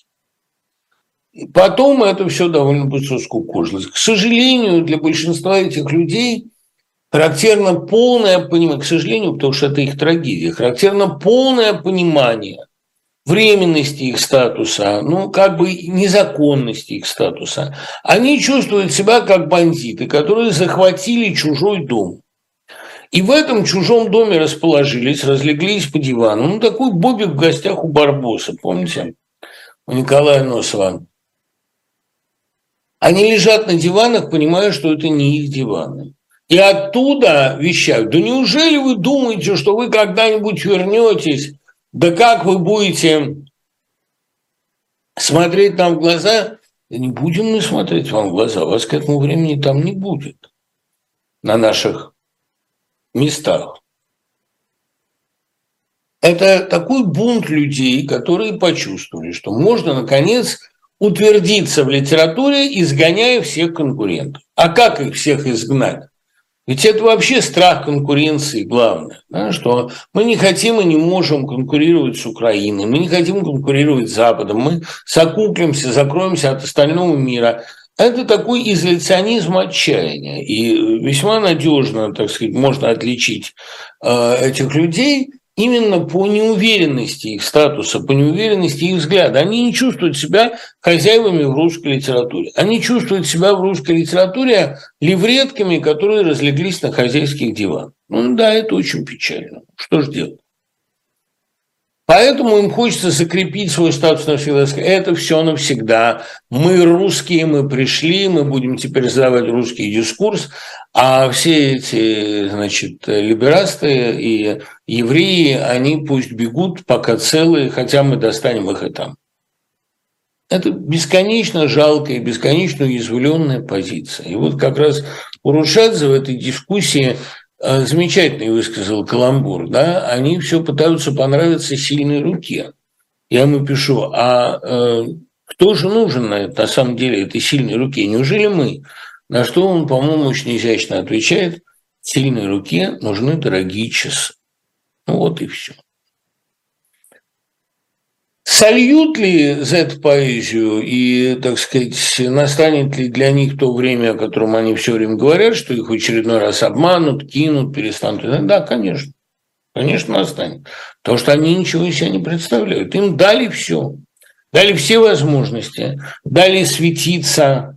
Потом это все довольно быстро скукожилось. К сожалению, для большинства этих людей характерно полное понимание, к сожалению, потому что это их трагедия, характерно полное понимание временности их статуса, ну, как бы незаконности их статуса. Они чувствуют себя как бандиты, которые захватили чужой дом. И в этом чужом доме расположились, разлеглись по дивану. Ну, такой Бобик в гостях у Барбоса, помните? У Николая Носова. Они лежат на диванах, понимая, что это не их диваны. И оттуда вещают: да неужели вы думаете, что вы когда-нибудь вернетесь? Да как вы будете смотреть нам в глаза? Да не будем мы смотреть вам в глаза, вас к этому времени там не будет на наших местах. Это такой бунт людей, которые почувствовали, что можно, наконец, утвердиться в литературе, изгоняя всех конкурентов. А как их всех изгнать? Ведь это вообще страх конкуренции главное, да, что мы не хотим и не можем конкурировать с Украиной, мы не хотим конкурировать с Западом, мы сокуплимся, закроемся от остального мира. Это такой изоляционизм отчаяния, и весьма надежно, так сказать, можно отличить этих людей именно по неуверенности их статуса, по неуверенности их взгляда. Они не чувствуют себя хозяевами в русской литературе. Они чувствуют себя в русской литературе левретками, которые разлеглись на хозяйских диванах. Ну да, это очень печально. Что же делать? Поэтому им хочется закрепить свой статус навсегда. Это все навсегда. Мы русские, мы пришли, мы будем теперь задавать русский дискурс, а все эти, значит, либерасты и евреи, они пусть бегут, пока целые, хотя мы достанем их и там. Это бесконечно жалкая, бесконечно уязвленная позиция. И вот как раз Урушадзе в этой дискуссии замечательный высказал каламбур, да, они все пытаются понравиться сильной руке. Я ему пишу: кто же нужен на самом деле этой сильной руке? Неужели мы? На что он, по-моему, очень изящно отвечает: сильной руке нужны дорогие часы. Ну вот и все. Сольют ли Z-поэзию и, так сказать, настанет ли для них то время, о котором они все время говорят, что их в очередной раз обманут, кинут, перестанут? Да, конечно. Конечно, настанет. Потому что они ничего из себя не представляют. Им дали все. Дали все возможности. Дали светиться.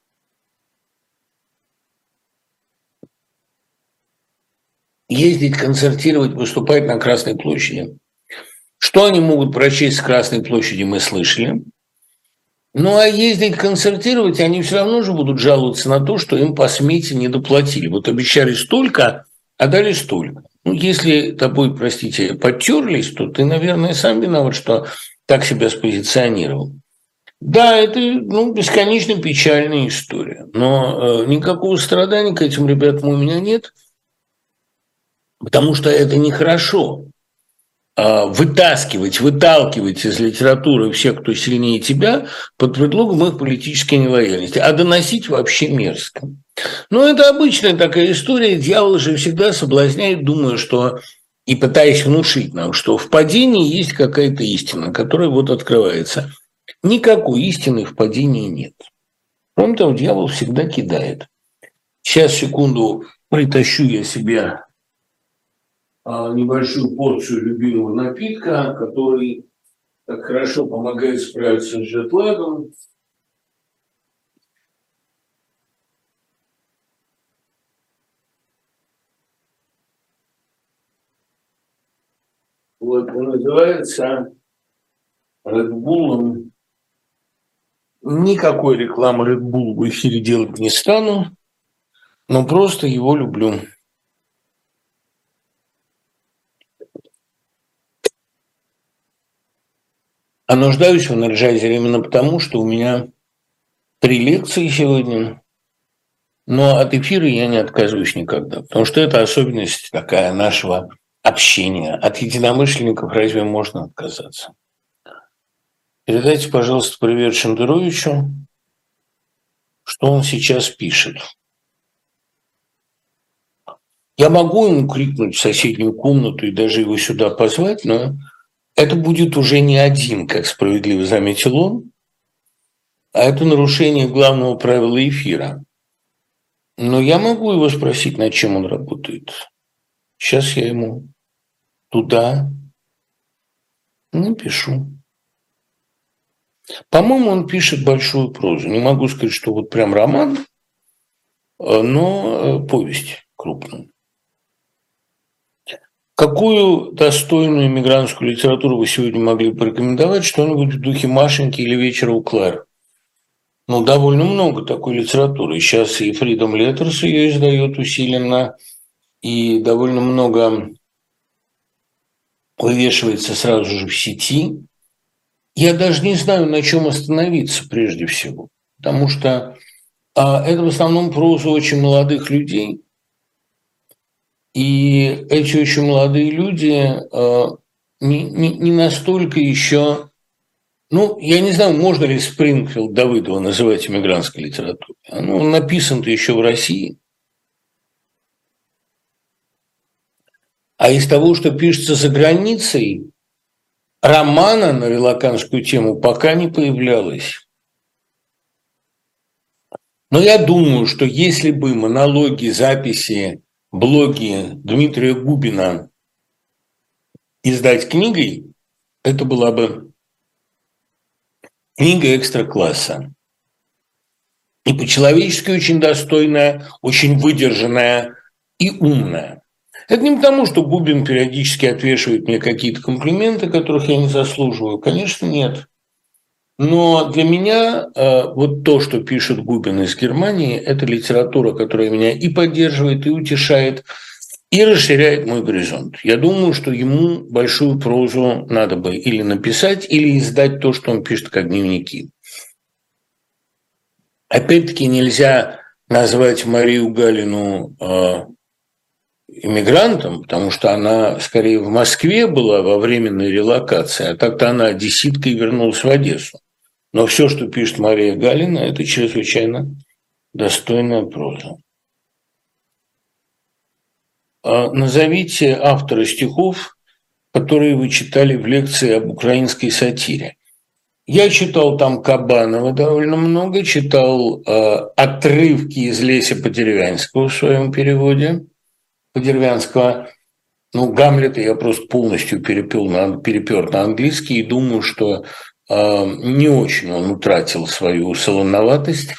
Ездить, концертировать, выступать на Красной площади. Что они могут прочесть с Красной площади, мы слышали. Ну, а ездить концертировать, они все равно же будут жаловаться на то, что им по смете не доплатили. Вот обещали столько, а дали столько. Ну, если тобой, простите, подтерлись, то ты, наверное, сам виноват, что так себя спозиционировал. Да, это бесконечно печальная история, но никакого страдания к этим ребятам у меня нет, потому что это нехорошо. Выталкивать из литературы всех, кто сильнее тебя, под предлогом их политической нелояльности, а доносить вообще мерзко. Но это обычная такая история. Дьявол же всегда соблазняет, думая, что и пытаясь внушить нам, что в падении есть какая-то истина, которая вот открывается. Никакой истины в падении нет. Кроме того, дьявол всегда кидает. Сейчас, секунду, притащу я себе небольшую порцию любимого напитка, который так хорошо помогает справиться с джетлагом. Вот, он называется Red Bull. Никакой рекламы Red Bull в эфире делать не стану, но просто его люблю. А нуждаюсь в энерджайзере именно потому, что у меня 3 лекции сегодня, но от эфира я не отказываюсь никогда, потому что это особенность такая нашего общения. От единомышленников разве можно отказаться? Передайте, пожалуйста, привет Шендеровичу, что он сейчас пишет. Я могу ему крикнуть в соседнюю комнату и даже его сюда позвать, но это будет уже не один, как справедливо заметил он, а это нарушение главного правила эфира. Но я могу его спросить, над чем он работает. Сейчас я ему туда напишу. По-моему, он пишет большую прозу. Не могу сказать, что вот прям роман, но повесть крупную. Какую достойную иммигрантскую литературу вы сегодня могли порекомендовать? Что-нибудь в духе Машеньки или Вечера у Клэр? Ну, довольно много такой литературы. Сейчас и Freedom Letters ее издает усиленно, и довольно много вывешивается сразу же в сети. Я даже не знаю, на чем остановиться прежде всего, потому что это в основном проза очень молодых людей, и эти очень молодые люди не настолько еще... Ну, я не знаю, можно ли Спрингфилд Давыдова называть иммигрантской литературой. Он написан-то еще в России. А из того, что пишется за границей, романа на релаканскую тему пока не появлялось. Но я думаю, что если бы монологи, записи, блоги Дмитрия Губина издать книгой, это была бы книга экстра-класса. И по-человечески очень достойная, очень выдержанная и умная. Это не потому, что Губин периодически отвешивает мне какие-то комплименты, которых я не заслуживаю. Конечно, нет. Но для меня вот то, что пишет Губин из Германии, это литература, которая меня и поддерживает, и утешает, и расширяет мой горизонт. Я думаю, что ему большую прозу надо бы или написать, или издать то, что он пишет как дневники. Опять-таки нельзя назвать Марию Галину иммигрантом, потому что она скорее в Москве была во временной релокации, а так-то она одесситка и вернулась в Одессу. Но все, что пишет Мария Галина, это чрезвычайно достойная проза. Назовите автора стихов, которые вы читали в лекции об украинской сатире. Я читал там Кабанова довольно много, читал отрывки из Леся Подеревянского в своем переводе. Подеревянского, Гамлета я просто полностью перепер на английский и думаю, что не очень он утратил свою солоноватость.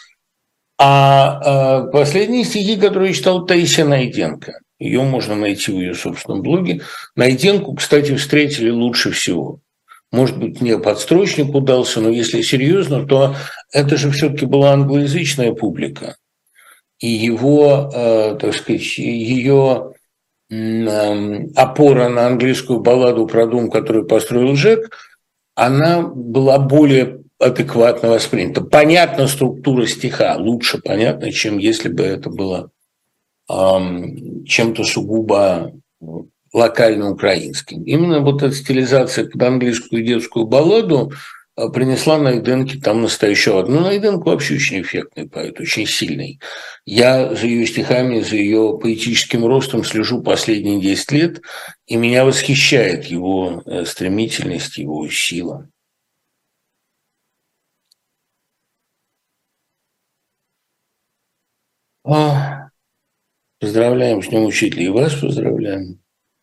А последние стихи, которые я читал, Таисия Найденко. Ее можно найти в ее собственном блоге. Найденку, кстати, встретили лучше всего. Может быть, мне подстрочник удался, но если серьезно, то это же все-таки была англоязычная публика. И его, так сказать, ее опора на английскую балладу про дом, который построил Джек, она была более адекватно воспринята. Понятна структура стиха, лучше понятно, чем если бы это было чем-то сугубо локально украинским. Именно вот эта стилизация под английскую детскую балладу принесла Найденке там настоящую ладу. Ну, Найденко вообще очень эффектный поэт, очень сильный. Я за ее стихами, за ее поэтическим ростом слежу последние 10 лет, и меня восхищает его стремительность, его сила. Поздравляем с Днем Учителя, и вас поздравляем.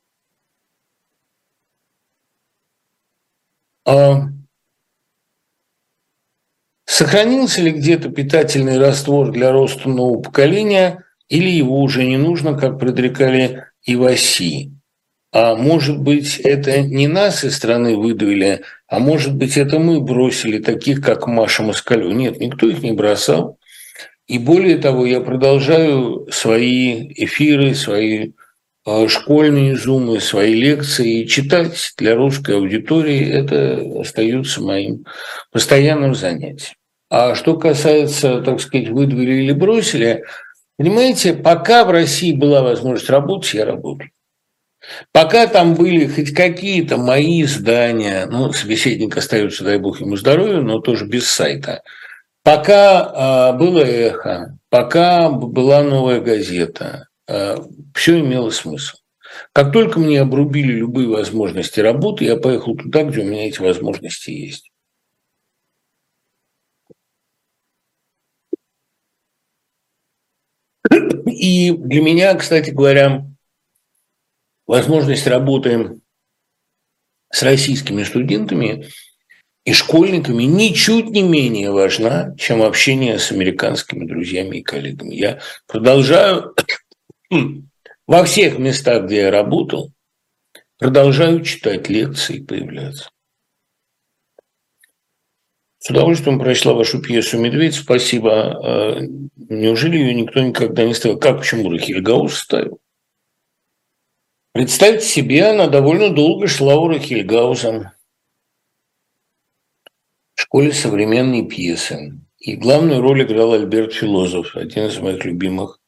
Сохранился ли где-то питательный раствор для роста нового поколения, или его уже не нужно, как предрекали Иваси? А может быть, это не нас из страны выдавили, а может быть, это мы бросили таких, как Маша Москалю? Нет, никто их не бросал. И более того, я продолжаю свои эфиры, свои школьные зумы, свои лекции читать для русской аудитории. Это остается моим постоянным занятием. А что касается, так сказать, выдавили или бросили, понимаете, пока в России была возможность работать, я работаю. Пока там были хоть какие-то мои издания, ну, собеседник остается, дай бог ему здоровья, но тоже без сайта. Пока было «Эхо», пока была «Новая газета», все имело смысл. Как только мне обрубили любые возможности работы, я поехал туда, где у меня эти возможности есть. И для меня, кстати говоря, возможность работы с российскими студентами и школьниками ничуть не менее важна, чем общение с американскими друзьями и коллегами. Я продолжаю во всех местах, где я работал, продолжаю читать лекции и появляться. С удовольствием прочла вашу пьесу «Медведь». Спасибо. Неужели ее никто никогда не ставил? Как, почему Рахильгаус ставил? Представьте себе, она довольно долго шла у Рахильгауза в школе современной пьесы. И главную роль играл Альберт Филозов, один из моих любимых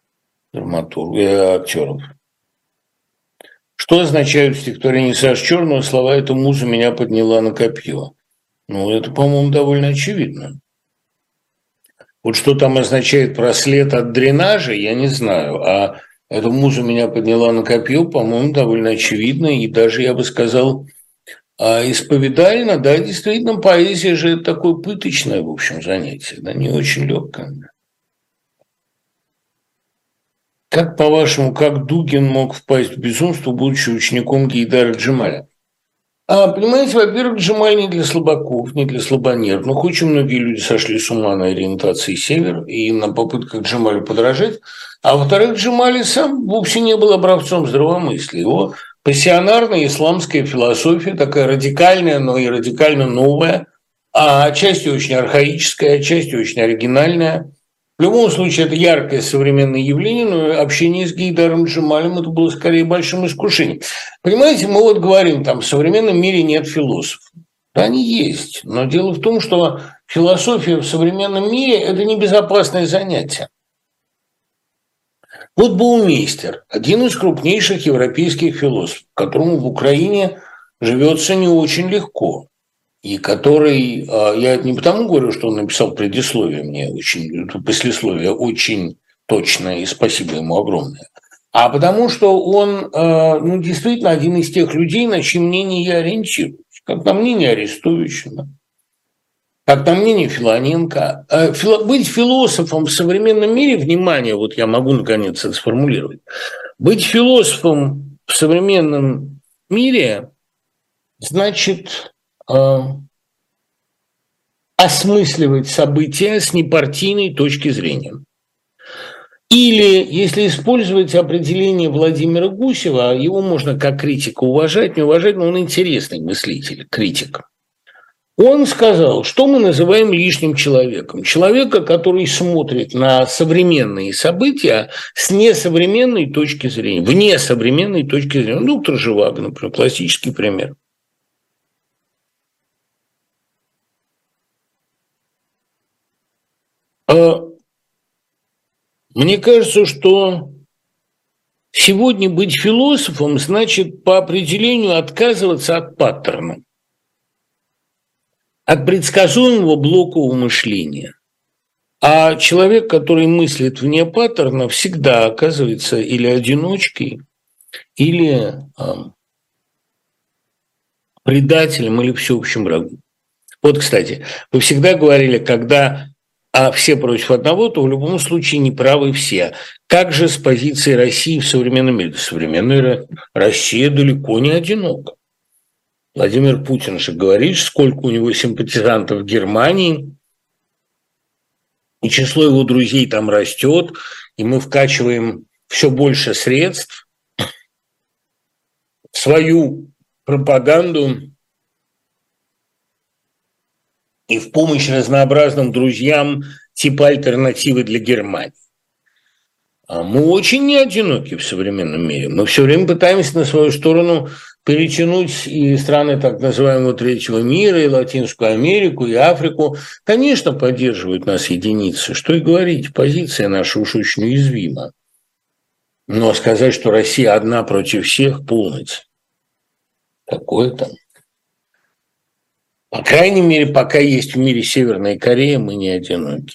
актеров. Что означают в стихотворении Саши Черного слова «эта муза меня подняла на копье»? Ну, это, по-моему, довольно очевидно. Вот что там означает прослед от дренажа, я не знаю. А эта муза меня подняла на копье, по-моему, довольно очевидно. И даже, я бы сказал, исповедально, да, действительно, поэзия же такое пыточное, в общем, занятие, да, не очень легкое. Как, по-вашему, как Дугин мог впасть в безумство, будучи учеником Гейдара Джемаля? Понимаете, во-первых, Джемаль не для слабаков, не для слабонервных. Очень многие люди сошли с ума на ориентации север и на попытках Джемалю подражать. А во-вторых, Джемаль сам вовсе не был образцом здравомыслия. Его пассионарная исламская философия, такая радикальная, но и радикально новая, а отчасти очень архаическая, отчасти очень оригинальная. В любом случае, это яркое современное явление, но общение с Гейдаром Джемалем это было скорее большим искушением. Понимаете, мы вот говорим, там, в современном мире нет философов. Да, они есть, но дело в том, что философия в современном мире – это небезопасное занятие. Вот Баумейстер, один из крупнейших европейских философов, которому в Украине живется не очень легко. И который, я не потому говорю, что он написал предисловие мне, очень, послесловие очень точное, и спасибо ему огромное, а потому что он, ну, действительно один из тех людей, на чьи мнения я ориентируюсь, как на мнение Арестовича, как на мнение Филоненко. Быть философом в современном мире, внимание, вот я могу наконец это сформулировать, быть философом в современном мире значит осмысливать события с непартийной точки зрения. Или, если использовать определение Владимира Гусева, его можно как критика уважать, не уважать, но он интересный мыслитель, критик. Он сказал, что мы называем лишним человеком. Человека, который смотрит на современные события с несовременной точки зрения, вне современной точки зрения. Доктор Живаго, например, классический пример. Мне кажется, что сегодня быть философом значит по определению отказываться от паттерна, от предсказуемого блокового мышления. А человек, который мыслит вне паттерна, всегда оказывается или одиночкой, или предателем, или всеобщим врагом. Вот, кстати, вы всегда говорили, когда все против одного, то в любом случае неправы все. Как же с позиции России в современном мире? Современная Россия далеко не одинока. Владимир Путин же говорит, сколько у него симпатизантов в Германии, и число его друзей там растет, и мы вкачиваем все больше средств в свою пропаганду и в помощь разнообразным друзьям типа альтернативы для Германии. Мы очень не одиноки в современном мире. Мы все время пытаемся на свою сторону перетянуть и страны так называемого третьего мира, и Латинскую Америку, и Африку. Конечно, поддерживают нас единицы. Что и говорить, позиция наша уж очень уязвима. Но сказать, что Россия одна против всех, полностью. Такое там. По крайней мере, пока есть в мире Северная Корея, мы не одиноки.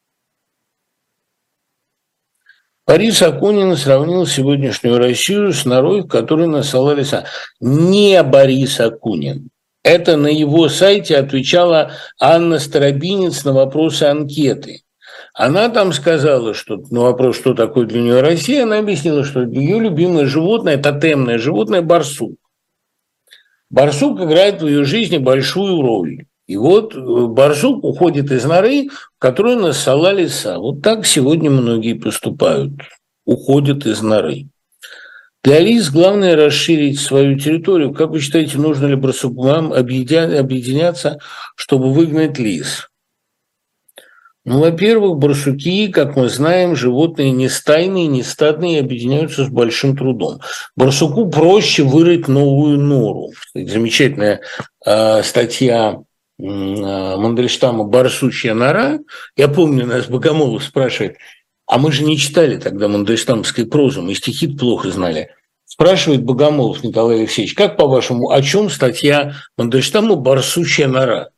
Борис Акунин сравнил сегодняшнюю Россию с норой, в которой насылали не Борис Акунин. Это на его сайте отвечала Анна Старобинец на вопросы анкеты. Она там сказала, что на вопрос, что такое для нее Россия, она объяснила, что ее любимое животное, тотемное животное – барсук. Барсук играет в ее жизни большую роль. И вот барсук уходит из норы, в которую нассала лиса. Вот так сегодня многие поступают. Уходят из норы. Для лис главное расширить свою территорию. Как вы считаете, нужно ли барсукам объединяться, чтобы выгнать лис? Ну, во-первых, барсуки, как мы знаем, животные не стайные, не стадные, объединяются с большим трудом. Барсуку проще вырыть новую нору. Замечательная статья Мандельштама «Барсучья нора». Я помню, нас Богомолов спрашивает, а мы же не читали тогда мандельштамовской прозы, мы стихи плохо знали. Спрашивает Богомолов Николай Алексеевич, как, по-вашему, о чем статья Мандельштама «Барсучья нора»?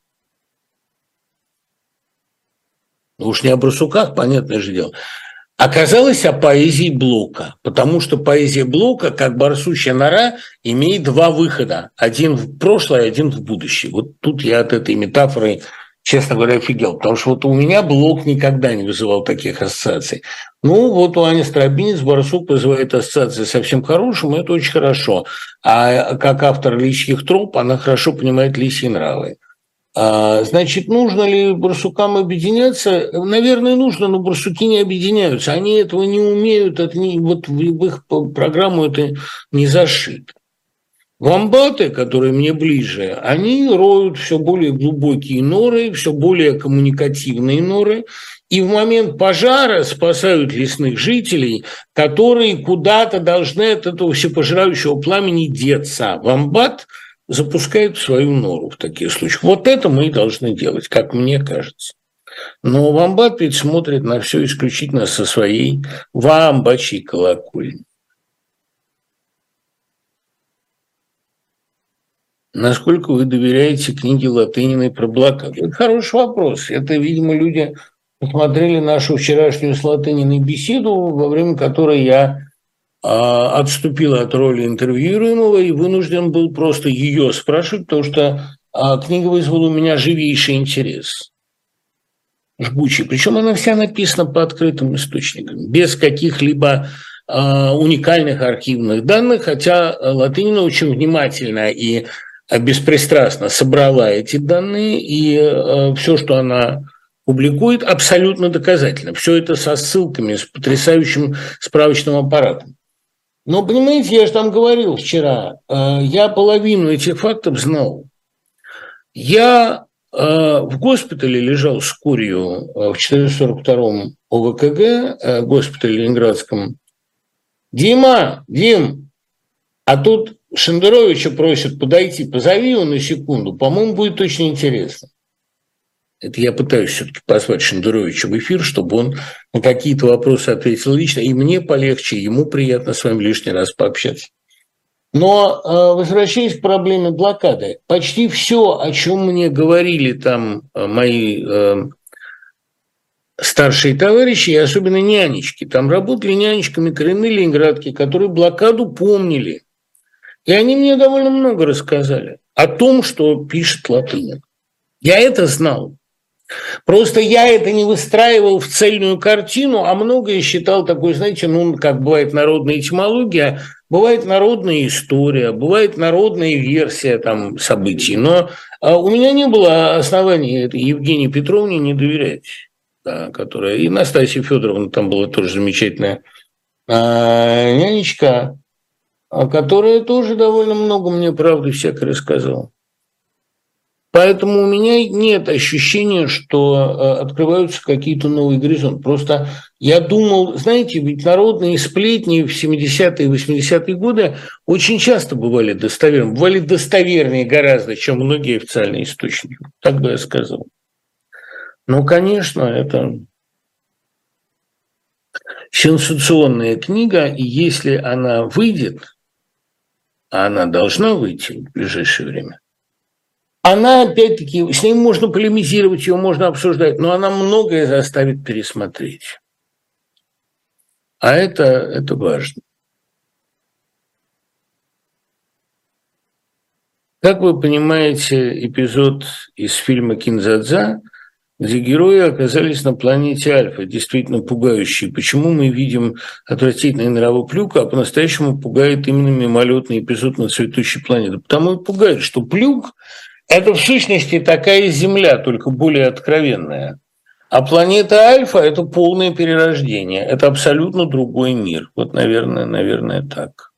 Ну уж не о барсуках, понятное же дело. Оказалось о поэзии Блока, потому что поэзия Блока, как барсучья нора, имеет два выхода. Один в прошлое, один в будущее. Вот тут я от этой метафоры, честно говоря, офигел, потому что вот у меня Блок никогда не вызывал таких ассоциаций. Ну вот у Ани Старобинец барсук вызывает ассоциации совсем хорошим, и это очень хорошо. А как автор личьих троп, она хорошо понимает лисьи нравы. Значит, нужно ли барсукам объединяться? Наверное, нужно, но барсуки не объединяются. Они этого не умеют, это не, вот в их программу это не зашито. Вомбаты, которые мне ближе, они роют все более глубокие норы, все более коммуникативные норы, и в момент пожара спасают лесных жителей, которые куда-то должны от этого всепожирающего пламени деться. Вомбат запускает свою нору в таких случаях. Вот это мы и должны делать, как мне кажется. Но вомбат ведь смотрит на все исключительно со своей вамбачьей колокольни. Насколько вы доверяете книге Латыниной про блокаду? Это хороший вопрос. Это, видимо, люди посмотрели нашу вчерашнюю с Латыниной беседу, во время которой я отступил от роли интервьюируемого и вынужден был просто ее спрашивать, потому что книга вызвала у меня живейший интерес. Жгучий. Причем она вся написана по открытым источникам, без каких-либо уникальных архивных данных, хотя Латынина очень внимательно и беспристрастно собрала эти данные, и все, что она публикует, абсолютно доказательно. Все это со ссылками, с потрясающим справочным аппаратом. Но, понимаете, я же там говорил вчера, я половину этих фактов знал. Я в госпитале лежал с курью в 442-м ОВКГ, госпитале ленинградском. Дим, а тут Шендеровича просят подойти, позови его на секунду, по-моему, будет очень интересно. Это я пытаюсь все-таки позвать Шендеровича в эфир, чтобы он на какие-то вопросы ответил лично, и мне полегче, и ему приятно с вами лишний раз пообщаться. Но, возвращаясь к проблеме блокады, почти все, о чем мне говорили там мои старшие товарищи, и особенно нянечки, там работали нянечками коренные ленинградки, которые блокаду помнили. И они мне довольно много рассказали о том, что пишет Латынин. Я это знал. Просто я это не выстраивал в цельную картину, а многое считал такой, знаете, как бывает народная этимология, бывает народная история, бывает народная версия там событий. Но у меня не было оснований этой Евгении Петровне не доверять, да, которая... И Настасья Федоровна там была тоже замечательная нянечка, которая тоже довольно много мне правды всякой рассказала. Поэтому у меня нет ощущения, что открываются какие-то новые горизонты. Просто я думал, знаете, ведь народные сплетни в 70-е и 80-е годы очень часто бывали достовернее гораздо, чем многие официальные источники. Так бы я сказал. Но, конечно, это сенсационная книга, и если она выйдет, а она должна выйти в ближайшее время, она, опять-таки, с ней можно полемизировать, ее можно обсуждать, но она многое заставит пересмотреть. А это важно. Как вы понимаете, эпизод из фильма «Кинзадза», где герои оказались на планете Альфа, действительно пугающий. Почему мы видим отвратительный нравы Плюка, а по-настоящему пугает именно мимолетный эпизод на цветущей планете? Потому и пугает, что Плюк – это в сущности такая Земля, только более откровенная. А планета Альфа – это полное перерождение, это абсолютно другой мир. Вот, наверное, так.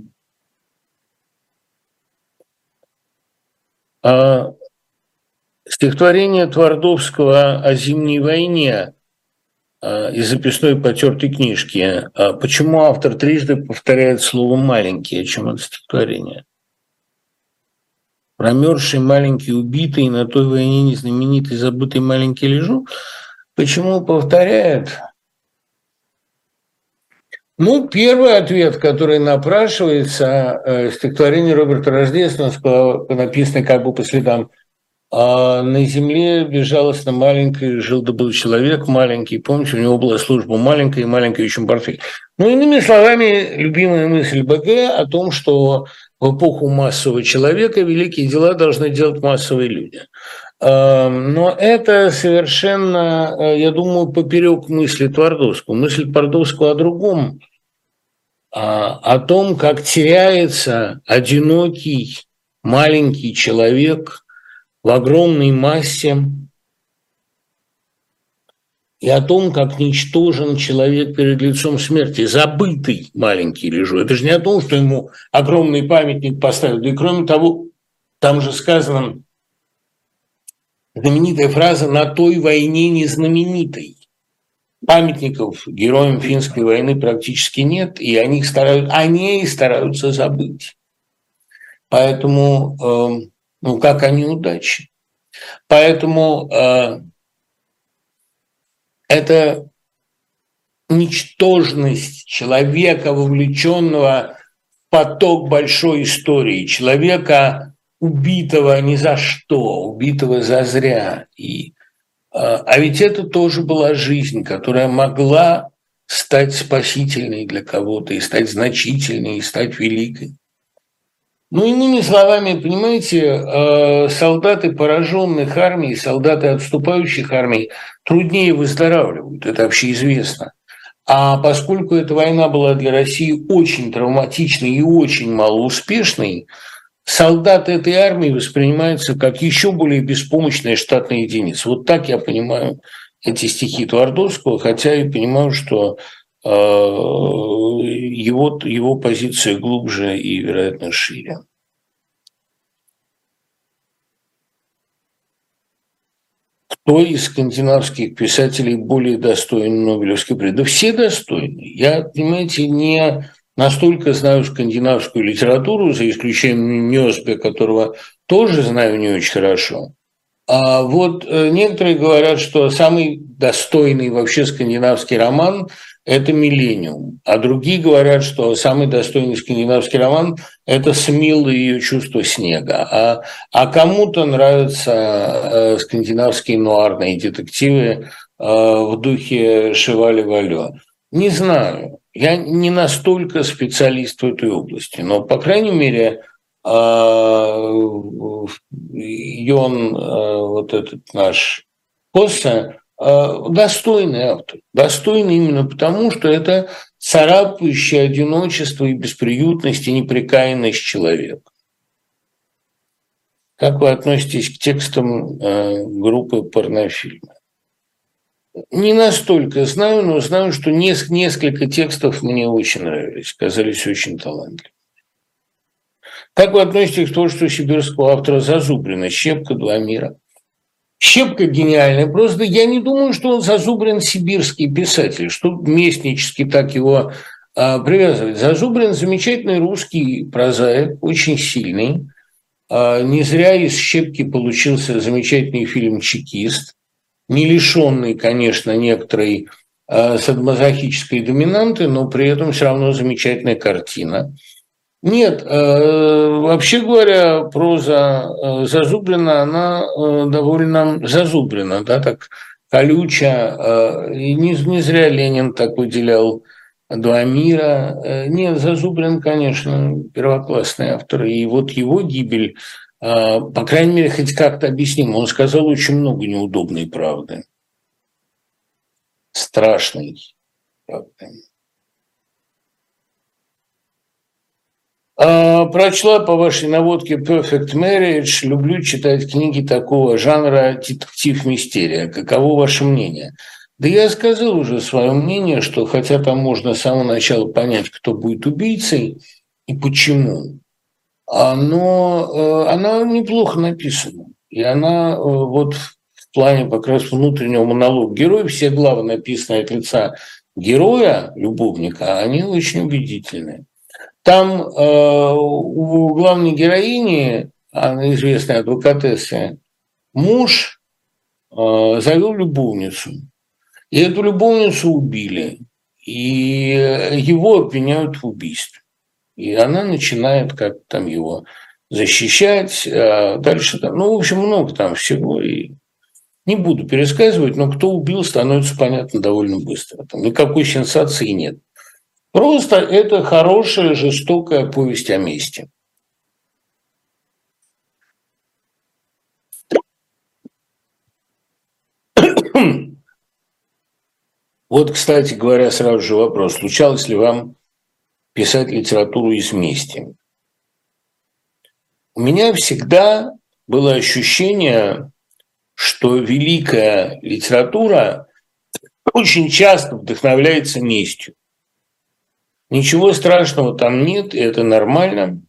Стихотворение Твардовского о зимней войне из записной потертой книжки. Почему автор трижды повторяет слово «маленький»? О чем это стихотворение? Промерзший, маленький, убитый, на той войне незнаменитый, забытый маленький лежу. Почему повторяет? Ну, первый ответ, который напрашивается, стихотворение Роберта Рождественского, написанное как бы по следам. На земле безжалостно маленький жил да был человек маленький. Помните, у него была служба маленькая и маленький очень портфель. Ну, иными словами, любимая мысль БГ о том, что в эпоху массового человека великие дела должны делать массовые люди. Но это совершенно, я думаю, поперек мысли Твардовского. Мысль Твардовского о другом, о том, как теряется одинокий маленький человек в огромной массе, и о том, как ничтожен человек перед лицом смерти, забытый маленький лежу. Это же не о том, что ему огромный памятник поставили. Да и кроме того, там же сказано знаменитая фраза «на той войне не знаменитой». Памятников героям финской войны практически нет, и они стараются забыть. Поэтому, как они удачи. Поэтому это ничтожность человека, вовлеченного в поток большой истории, человека, убитого ни за что, убитого зазря. А ведь это тоже была жизнь, которая могла стать спасительной для кого-то, и стать значительной, и стать великой. Ну, иными словами, понимаете, солдаты пораженных армий, солдаты отступающих армий труднее выздоравливают, это общеизвестно. А поскольку эта война была для России очень травматичной и очень малоуспешной, солдаты этой армии воспринимаются как еще более беспомощная штатная единица. Вот так я понимаю эти стихи Твардовского, хотя и понимаю, что его позиция глубже и, вероятно, шире. кто из скандинавских писателей более достоин Нобелевской премии? Да все достойны. Я, понимаете, не настолько знаю скандинавскую литературу, за исключением Нёсбе, которого тоже знаю не очень хорошо. А вот некоторые говорят, что самый достойный вообще скандинавский роман – это «Миллениум», а другие говорят, что самый достойный скандинавский роман – это «Смилла и ее чувство снега». А кому-то нравятся скандинавские нуарные детективы в духе Шеваля Валё. Не знаю, я не настолько специалист в этой области, но, по крайней мере, Йон, вот этот наш Косса, достойный автор. Достойный именно потому, что это царапающее одиночество и бесприютность и непрекаянность человека. Как вы относитесь к текстам группы «Порнофильмы»? Не настолько знаю, но знаю, что несколько текстов мне очень нравились, казались очень талантливыми. Как вы относитесь к творчеству сибирского автора Зазубрина «Щепка. Два мира»? Щепка гениальная. Просто я не думаю, что он Зазубрин сибирский писатель, что местнически так его привязывать. Зазубрин замечательный русский прозаик, очень сильный. Не зря из «Щепки» получился замечательный фильм «Чекист», не лишенный, конечно, некоторой садомазохической доминанты, но при этом все равно замечательная картина. Нет, вообще говоря, проза Зазубрина, она довольно зазубрена, да, так колюча. И не зря Ленин так выделял «Два мира». Нет, Зазубрин, конечно, первоклассный автор. И вот его гибель, по крайней мере, хоть как-то объяснима. Он сказал очень много неудобной правды. Страшной правды. Прочла по вашей наводке «Perfect Marriage». Люблю читать книги такого жанра детектив-мистерия. Каково ваше мнение? Да я сказал уже свое мнение, что хотя там можно с самого начала понять, кто будет убийцей и почему, но она неплохо написана. И она вот в плане как раз внутреннего монолога героя, все главы написаны от лица героя, любовника, они очень убедительные. Там у главной героини, она известная адвокатесса, муж завел любовницу. И эту любовницу убили. И его обвиняют в убийстве. И она начинает как-то там его защищать. Дальше там, ну, в общем, много там всего. И не буду пересказывать, но кто убил, становится понятно довольно быстро. Там никакой сенсации нет. Просто это хорошая, жестокая повесть о мести. Вот, кстати говоря, сразу же вопрос. Случалось ли вам писать литературу из мести? У меня всегда было ощущение, что великая литература очень часто вдохновляется местью. Ничего страшного там нет, и это нормально.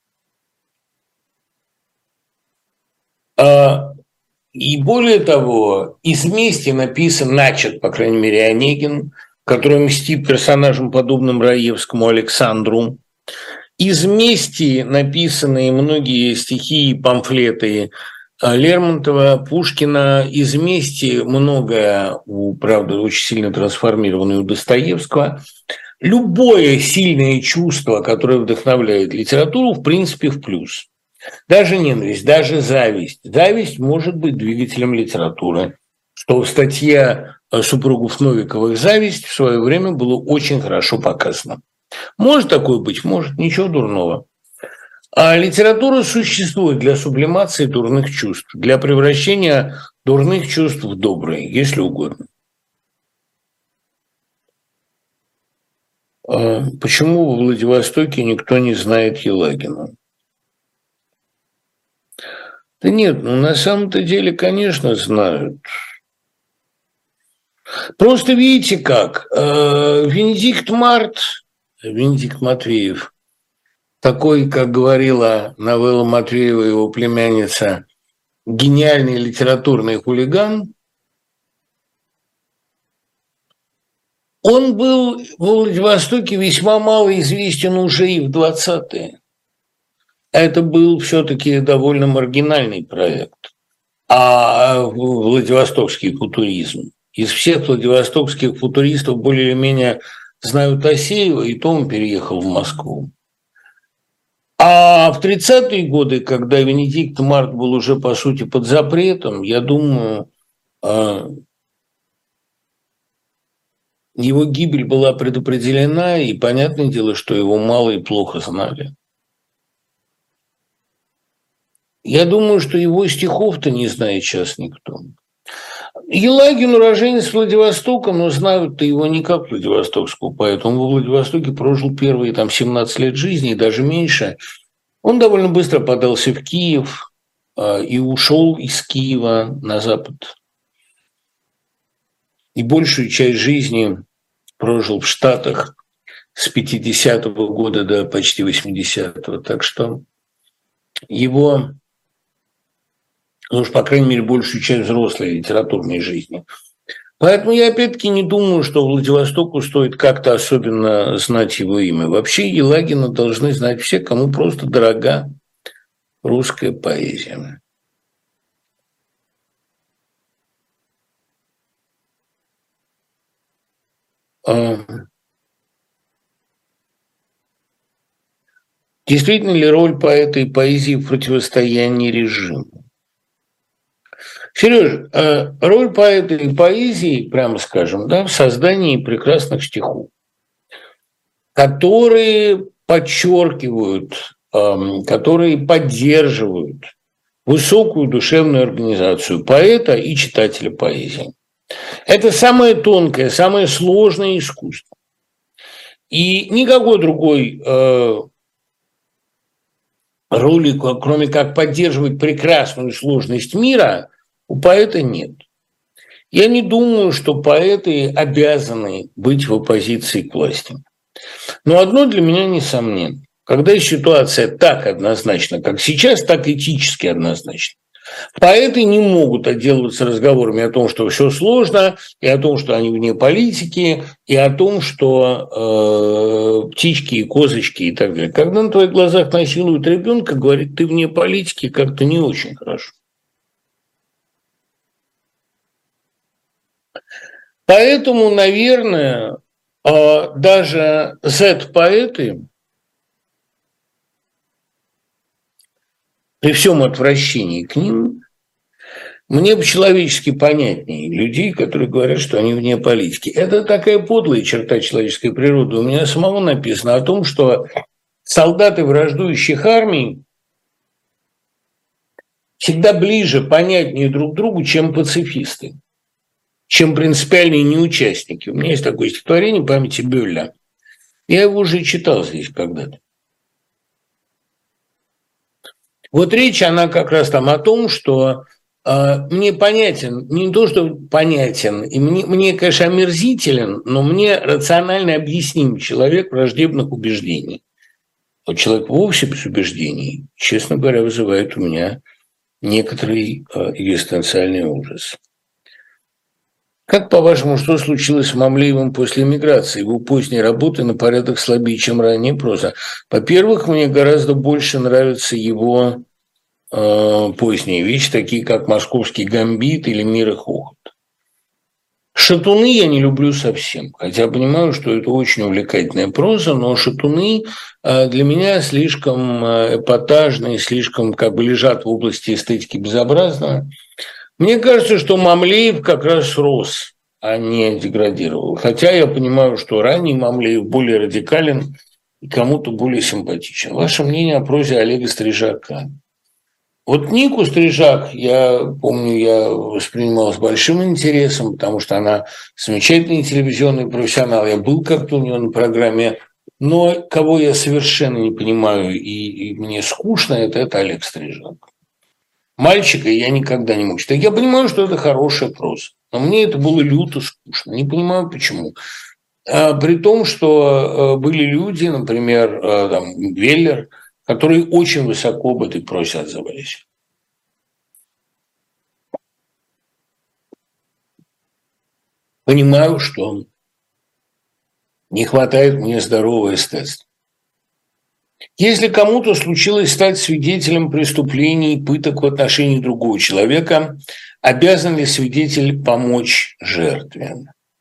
И более того, из мести начат, по крайней мере, Онегин, который мстит персонажам, подобным Раевскому Александру. Из мести написаны многие стихи и памфлеты Лермонтова, Пушкина. Из мести многое, правда, очень сильно трансформированное у Достоевского. Любое сильное чувство, которое вдохновляет литературу, в принципе, в плюс. Даже ненависть, даже зависть. Зависть может быть двигателем литературы, что в статье супругов Новиковых «Зависть» в свое время было очень хорошо показано. Может такое быть? Может, ничего дурного. А литература существует для сублимации дурных чувств, для превращения дурных чувств в добрые, если угодно. Почему во Владивостоке никто не знает Елагина? Да нет, ну на самом-то деле, конечно, знают. Просто видите как, Венедикт Матвеев, такой, как говорила новелла Матвеева, его племянница, гениальный литературный хулиган, он был в Владивостоке весьма мало известен уже и в 20-е. Это был все-таки довольно маргинальный проект. А владивостокский футуризм. Из всех владивостокских футуристов более или менее знают Асеева, и то он переехал в Москву. А в 30-е годы, когда Венедикт Март был уже, по сути, под запретом, я думаю, его гибель была предопределена, и понятное дело, что его мало и плохо знали. Я думаю, что его стихов-то не знает сейчас никто. Елагин уроженец Владивостока, но знают-то его не как владивостокского поэта. Он во Владивостоке прожил первые 17 лет жизни, и даже меньше. Он довольно быстро подался в Киев и ушел из Киева на запад. И большую часть жизни прожил в Штатах с 50-го года до почти 80-го. Так что его, ну уж, по крайней мере, большую часть взрослой литературной жизни. Поэтому я опять-таки не думаю, что Владивостоку стоит как-то особенно знать его имя. Вообще Елагина должны знать все, кому просто дорога русская поэзия. Действительно ли роль поэта и поэзии в противостоянии режиму? Сереж, роль поэта и поэзии, прямо скажем, да, в создании прекрасных стихов, которые подчеркивают, которые поддерживают высокую душевную организацию поэта и читателя поэзии. Это самое тонкое, самое сложное искусство. И никакой другой роли, кроме как поддерживать прекрасную сложность мира, у поэта нет. Я не думаю, что поэты обязаны быть в оппозиции к власти. Но одно для меня несомненно. Когда ситуация так однозначна, как сейчас, так этически однозначна. Поэты не могут отделываться разговорами о том, что все сложно, и о том, что они вне политики, и о том, что птички и козочки и так далее. Когда на твоих глазах насилуют ребенка, говорит, ты вне политики, как-то не очень хорошо. Поэтому, наверное, даже Z-поэты, при всем отвращении к ним, мне по-человечески понятнее людей, которые говорят, что они вне политики. Это такая подлая черта человеческой природы. У меня самого написано о том, что солдаты враждующих армий всегда ближе, понятнее друг другу, чем пацифисты, чем принципиальные неучастники. У меня есть такое стихотворение «Памяти Бюлля». Я его уже читал здесь когда-то. Вот речь, она как раз там о том, что мне понятен, не то, что понятен, и мне, конечно, омерзителен, но мне рационально объясним человек враждебных убеждений. Вот человек вовсе без убеждений, честно говоря, вызывает у меня некоторый экзистенциальный ужас. Как, по-вашему, что случилось с Мамлеевым после эмиграции? Его поздней работы на порядок слабее, чем ранее проза. Во-первых, мне гораздо больше нравятся его поздние вещи, такие как «Московский гамбит» или «Мир и хохот». «Шатуны» я не люблю совсем, хотя понимаю, что это очень увлекательная проза, но «Шатуны» для меня слишком эпатажные, слишком как бы лежат в области эстетики безобразно. Мне кажется, что Мамлеев как раз рос, а не деградировал. Хотя я понимаю, что ранний Мамлеев более радикален и кому-то более симпатичен. Ваше мнение о прозе Олега Стрижака? Вот Нику Стрижак, я помню, я воспринимал с большим интересом, потому что она замечательный телевизионный профессионал. Я был как-то у нее на программе, но кого я совершенно не понимаю и мне скучно, это Олег Стрижак. Мальчика я никогда не мог читать. Я понимаю, что это хорошая проза, но мне это было люто скучно. Не понимаю, почему. При том, что были люди, например, там, Веллер, которые очень высоко об этой прозе отзывались. понимаю, что не хватает мне здорового эстетства. Если кому-то случилось стать свидетелем преступлений и пыток в отношении другого человека, обязан ли свидетель помочь жертве?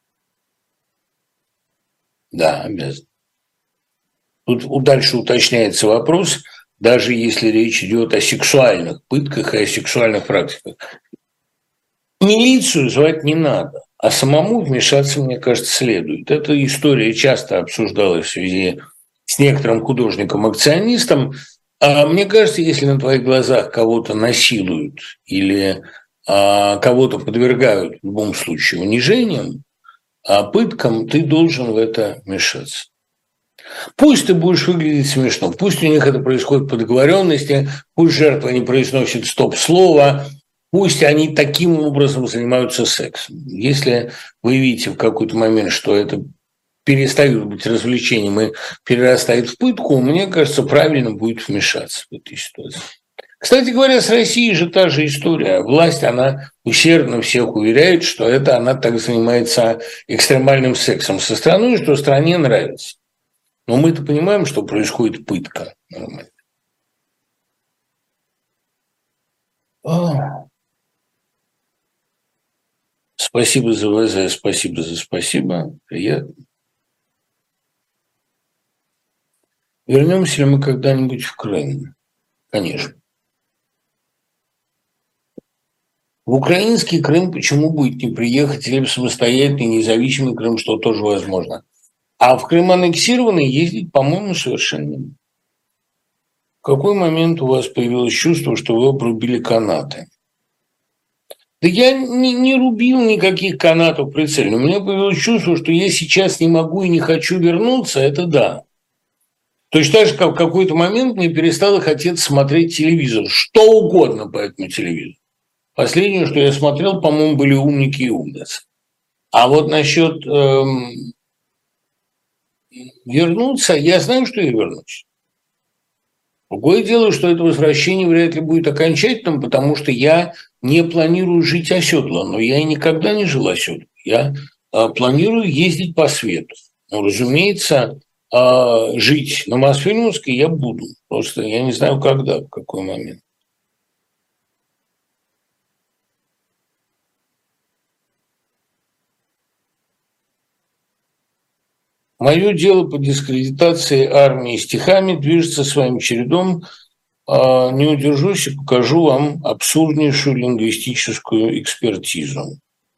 Да, обязан. Тут дальше уточняется вопрос, даже если речь идет о сексуальных пытках и о сексуальных практиках. Милицию звать не надо, а самому вмешаться, мне кажется, следует. Эта история часто обсуждалась в связи с некоторым художником-акционистом. А мне кажется, если на твоих глазах кого-то насилуют или кого-то подвергают в любом случае унижениям, пыткам, ты должен в это вмешаться. Пусть ты будешь выглядеть смешно, пусть у них это происходит по договоренности, пусть жертва не произносит стоп-слово, пусть они таким образом занимаются сексом. Если вы видите в какой-то момент, что это перестает быть развлечением и перерастает в пытку, мне кажется, правильно будет вмешаться в эту ситуацию. Кстати говоря, с Россией же та же история. Власть, она усердно всех уверяет, что это она так занимается экстремальным сексом со страной, что стране нравится. Но мы-то понимаем, что происходит пытка. Нормально. Спасибо за ВЗ, спасибо за спасибо. Приятно. Вернемся ли мы когда-нибудь в Крым? Конечно. В украинский Крым почему будет не приехать, или в самостоятельный независимый Крым, что тоже возможно. А в Крым аннексированный ездить, по-моему, совершенно нет. В какой момент у вас появилось чувство, что вы обрубили канаты? Да я не рубил никаких канатов прицельно. У меня появилось чувство, что я сейчас не могу и не хочу вернуться, это да. Точно так же, как в какой-то момент мне перестало хотеться смотреть телевизор. Что угодно по этому телевизору. Последнее, что я смотрел, по-моему, были «Умники и умницы». А вот насчет вернуться, я знаю, что я вернусь. Другое дело, что это возвращение вряд ли будет окончательным, потому что я не планирую жить оседло, но я и никогда не жил оседло. Я планирую ездить по свету. Но, разумеется, жить на Мосфильмовской я буду. Просто я не знаю, когда, в какой момент. Мое дело по дискредитации армии стихами движется своим чередом. Не удержусь и покажу вам абсурднейшую лингвистическую экспертизу.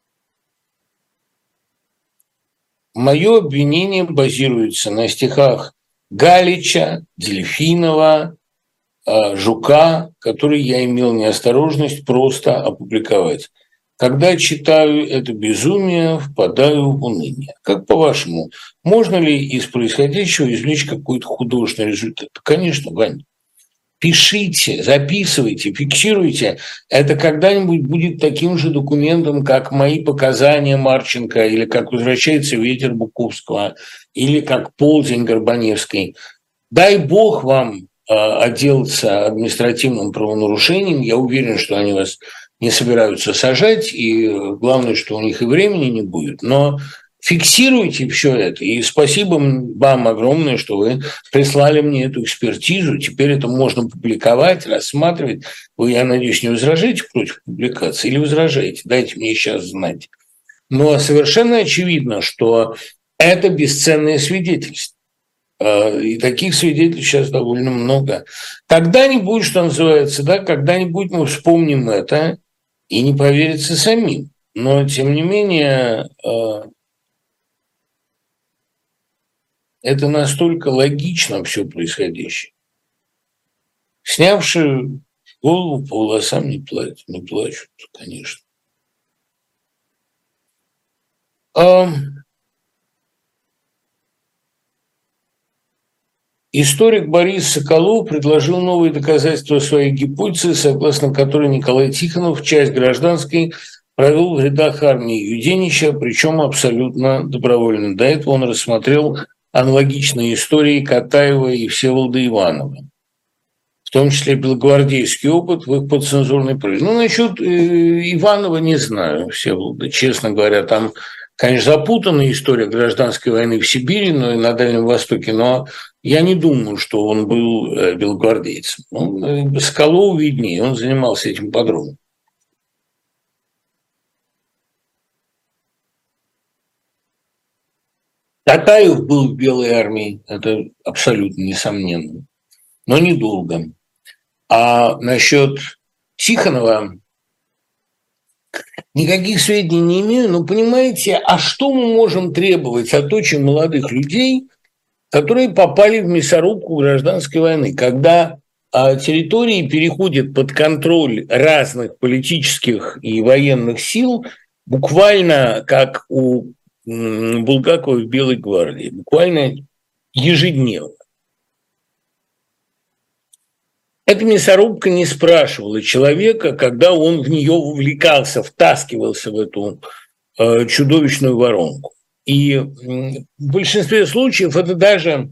Мое обвинение базируется на стихах Галича, Дельфинова, Жука, которые я имел неосторожность просто опубликовать. Когда читаю это безумие, впадаю в уныние. Как по-вашему, можно ли из происходящего извлечь какой-то художественный результат? Конечно, Вань. Пишите, записывайте, фиксируйте. Это когда-нибудь будет таким же документом, как мои показания Марченко, или как «Возвращается ветер» Буковского, или как «Полдень» Горбаневской. Дай бог вам отделаться административным правонарушением. Я уверен, что они вас не собираются сажать, и главное, что у них и времени не будет. Но фиксируйте все это, и спасибо вам огромное, что вы прислали мне эту экспертизу. Теперь это можно публиковать, рассматривать. Вы, я надеюсь, не возражаете против публикации или возражаете? Дайте мне сейчас знать. Но совершенно очевидно, что это бесценное свидетельство. И таких свидетельств сейчас довольно много. Когда-нибудь, что называется, да, когда-нибудь мы вспомним это и не поверится самим. Но, тем не менее, это настолько логично все происходящее. Снявши голову, по волосам не плачут, конечно. Историк Борис Соколов предложил новые доказательства своей гипотезы, согласно которой Николай Тихонов часть гражданской провел в рядах армии Юденича, причем абсолютно добровольно. До этого он рассмотрел аналогичные истории Катаева и Всеволода Иванова, в том числе белогвардейский опыт в их подцензурной прыжке. Ну, насчет Иванова не знаю, Всеволода, честно говоря, там конечно, запутанная история гражданской войны в Сибири, но и на Дальнем Востоке, но я не думаю, что он был белогвардейцем. Соколову виднее, он занимался этим подробно. Татаев был в Белой армии, это абсолютно несомненно, но недолго. А насчет Тихонова никаких сведений не имею, но понимаете, а что мы можем требовать от очень молодых людей, которые попали в мясорубку гражданской войны, когда территории переходят под контроль разных политических и военных сил, буквально как у Булгакова в Белой гвардии, буквально ежедневно. Эта мясорубка не спрашивала человека, когда он в нее вовлекался, втаскивался в эту чудовищную воронку. И в большинстве случаев это даже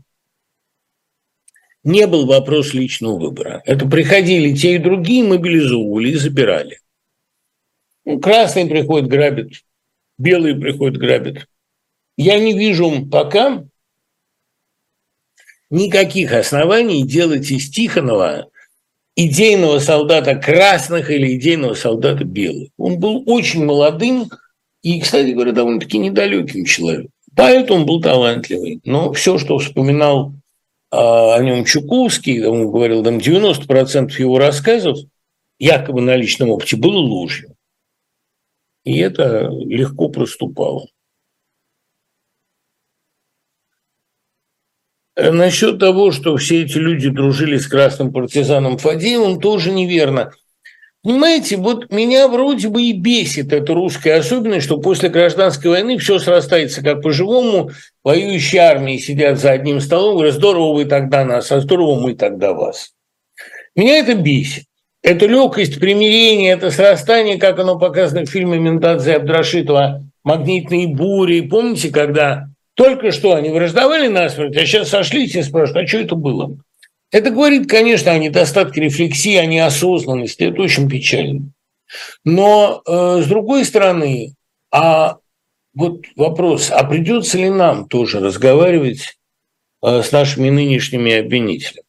не был вопрос личного выбора. Это приходили те и другие, мобилизовывали и забирали. Красные приходят, грабят, белые приходят, грабят. Я не вижу пока никаких оснований делать из Тихонова идейного солдата красных или идейного солдата белых. Он был очень молодым и, кстати говоря, довольно-таки недалеким человеком. Поэтому он был талантливый. Но все, что вспоминал о нем Чуковский, он говорил, там 90% его рассказов, якобы на личном опыте, было ложью. И это легко проступало. Насчет того, что все эти люди дружили с красным партизаном Фадеевым, тоже неверно. Понимаете, вот меня вроде бы и бесит эта русская особенность, что после гражданской войны все срастается как по-живому, воюющие армии сидят за одним столом, говорят, здорово вы тогда нас, а здорово мы тогда вас. Меня это бесит. Это легкость примирения, это срастание, как оно показано в фильме Мендадзе Абдрашитова «Магнитные бури». Помните, когда только что они враждовали насмерть, а сейчас сошлись и спрашивают, а что это было? Это говорит, конечно, о недостатке рефлексии, о неосознанности. Это очень печально. Но, с другой стороны, вот вопрос, а придется ли нам тоже разговаривать с нашими нынешними обвинителями?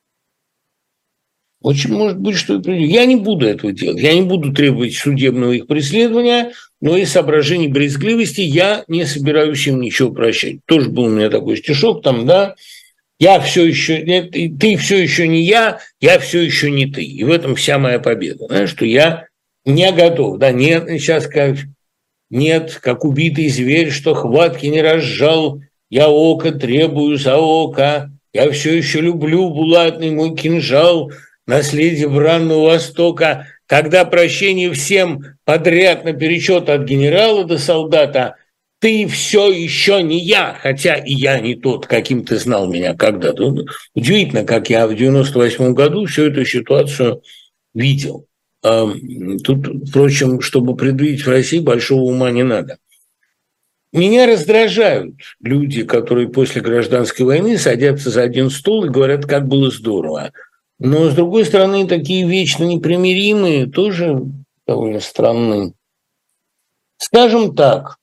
Очень может быть, что и придется. Я не буду этого делать. Я не буду требовать судебного их преследования, но из соображений брезгливости я не собираюсь им ничего прощать. Тоже был у меня такой стишок там, да, я все еще, ты все еще не я все еще не ты. И в этом вся моя победа. Знаешь, что я не готов. Да, нет, сейчас как нет, как убитый зверь, что хватки не разжал, я око требую за око, я все еще люблю булатный мой кинжал, наследие бранного Востока, когда прощение всем подряд наперечет от генерала до солдата, ты все еще не я, хотя и я не тот, каким ты знал меня когда-то. Удивительно, как я в 98 году всю эту ситуацию видел. Тут, впрочем, чтобы предвидеть в России, большого ума не надо. Меня раздражают люди, которые после гражданской войны садятся за один стол и говорят, как было здорово. Но, с другой стороны, такие вечно непримиримые тоже довольно странные. Скажем так,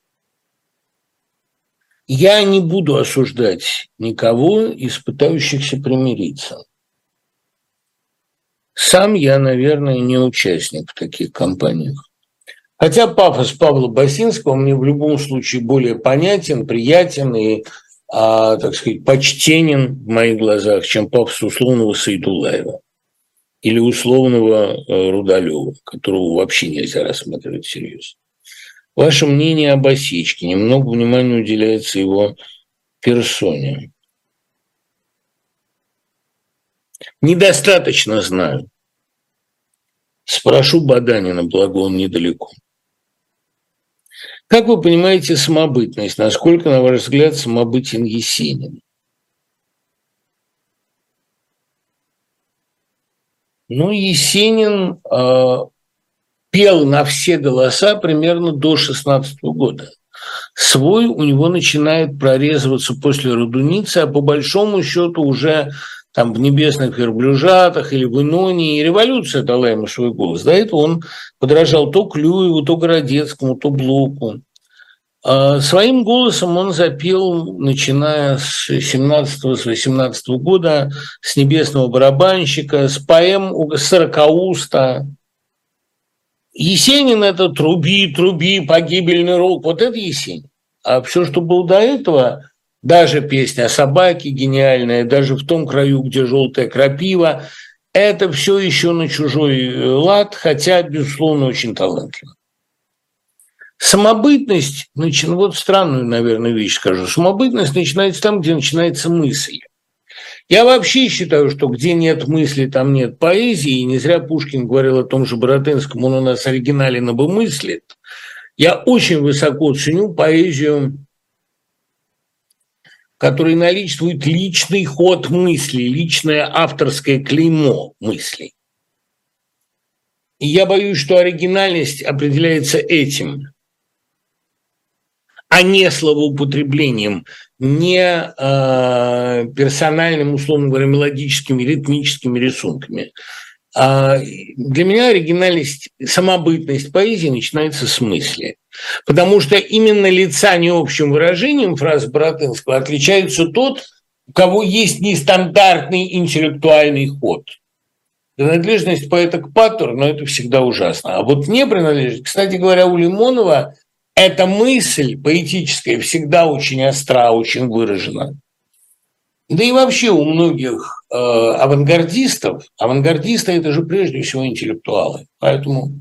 я не буду осуждать никого из пытающихся примириться. Сам я, наверное, не участник в таких кампаниях. Хотя пафос Павла Басинского мне в любом случае более понятен, приятен и, так сказать, почтенен в моих глазах, чем пафос условного Сайдуллаева или условного Рудалева, которого вообще нельзя рассматривать всерьез. Ваше мнение об Осечкине. Много внимания уделяется его персоне. Недостаточно знаю. Спрошу Баданина, благо он недалеко. Как вы понимаете самобытность? Насколько, на ваш взгляд, самобытен Есенин? Ну, Есенин пел на все голоса примерно до 16 года. Свой у него начинает прорезываться после Радуницы, а по большому счету уже там в «Небесных верблюжатах» или в «Инонии» революция дала ему свой голос. До этого он подражал то Клюеву, то Городецкому, то Блоку. Своим голосом он запел, начиная с 17-18 года, с «Небесного барабанщика», с поэм «Сорокауста». Есенин – это «Труби, труби, погибельный рок». Вот это Есенин. А все, что было до этого, даже песня о собаке гениальная, даже «В том краю, где желтая крапива», это все еще на чужой лад, хотя, безусловно, очень талантливо. Самобытность, вот странную, наверное, вещь скажу, самобытность начинается там, где начинается мысль. Я вообще считаю, что где нет мысли, там нет поэзии, и не зря Пушкин говорил о том же Боротынском, он у нас оригинален, ибо мыслит. Я очень высоко ценю поэзию, в которой наличествует личный ход мысли, личное авторское клеймо мыслей. И я боюсь, что оригинальность определяется этим, а не словоупотреблением, не персональным, условно говоря, мелодическими, ритмическими рисунками. Для меня оригинальность, самобытность поэзии начинается с мысли. Потому что именно лица необщим выражением фразы Боротынского отличается тот, у кого есть нестандартный интеллектуальный ход. Принадлежность поэта к паттеру, но это всегда ужасно. А вот не принадлежность, кстати говоря, у Лимонова эта мысль поэтическая всегда очень остра, очень выражена. Да и вообще у многих авангардистов, авангардисты – это же прежде всего интеллектуалы. Поэтому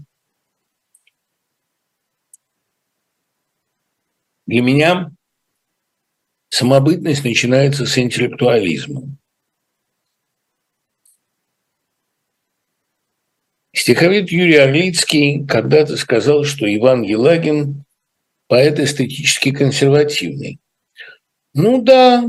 для меня самобытность начинается с интеллектуализма. Стиховед Юрий Орлицкий когда-то сказал, что Иван Елагин – поэт эстетически консервативный. Ну да,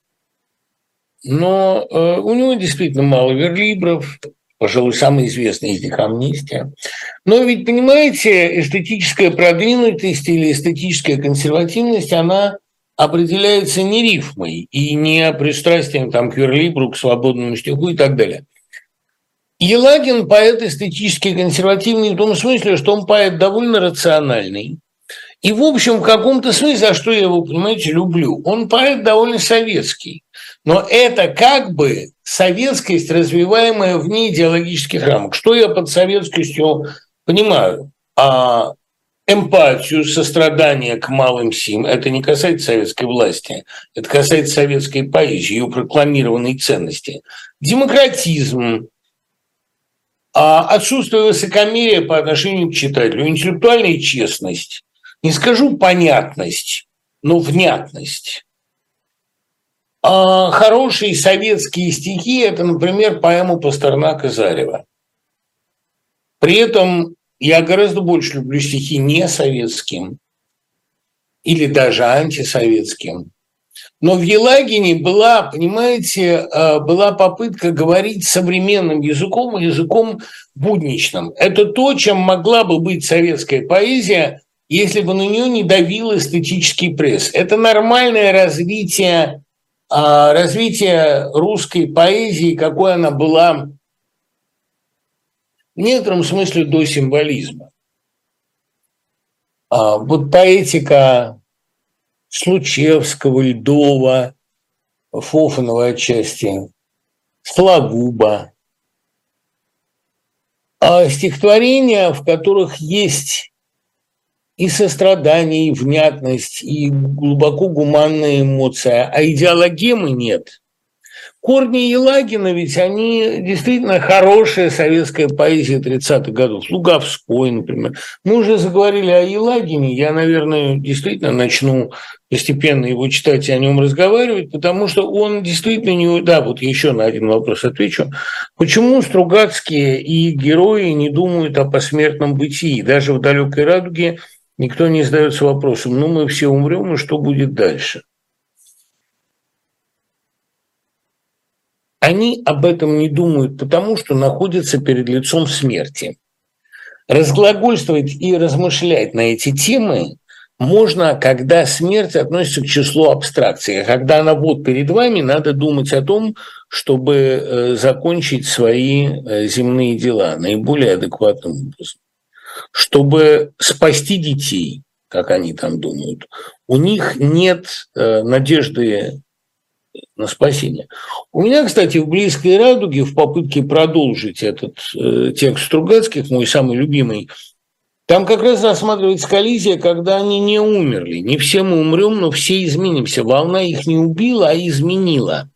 но у него действительно мало верлибров, пожалуй, самый известный из них «Амнистия». Но ведь, понимаете, эстетическая продвинутость или эстетическая консервативность, она определяется не рифмой и не пристрастием там, к верлибру, к свободному стиху и так далее. Елагин поэт эстетически консервативный в том смысле, что он поэт довольно рациональный. И, в общем, в каком-то смысле, за что я его, понимаете, люблю, он поэт довольно советский. Но это как бы советскость, развиваемая вне идеологических рамок. Что я под советскостью понимаю? Эмпатию, сострадание к малым сим. Это не касается советской власти, это касается советской поэзии, ее прокламированной ценности. Демократизм, отсутствие высокомерия по отношению к читателю, интеллектуальная честность. Не скажу понятность, но внятность. Хорошие советские стихи – это, например, поэма Пастернака «Зарево». При этом я гораздо больше люблю стихи не советским или даже антисоветским. Но в Елагине была, понимаете, была попытка говорить современным языком, языком будничным. Это то, чем могла бы быть советская поэзия, если бы на нее не давил эстетический пресс. Это нормальное развитие русской поэзии, какой она была в некотором смысле до символизма. Вот поэтика Случевского, Льдова, Фофанова отчасти, Сологуба. Стихотворения, в которых есть и сострадание, и внятность, и глубоко гуманная эмоция, а идеологемы нет. Корни Елагина, ведь они действительно хорошая советская поэзия 30-х годов. Луговской, например. Мы уже заговорили о Елагине, я, наверное, действительно начну постепенно его читать и о нем разговаривать, потому что он действительно не... Да, вот еще на один вопрос отвечу. Почему Стругацкие и герои не думают о посмертном бытии? Даже в «Далекой радуге» никто не задается вопросом, ну, мы все умрем, и что будет дальше? Они об этом не думают, потому что находятся перед лицом смерти. Разглагольствовать и размышлять на эти темы можно, когда смерть относится к числу абстракций. А когда она вот перед вами, надо думать о том, чтобы закончить свои земные дела наиболее адекватным образом. Чтобы спасти детей, как они там думают, у них нет надежды на спасение. У меня, кстати, в «Близкой радуге» в попытке продолжить этот текст Стругацких, мой самый любимый, там как раз рассматривается коллизия, когда они не умерли. Не все мы умрем, но все изменимся. Волна их не убила, а изменила.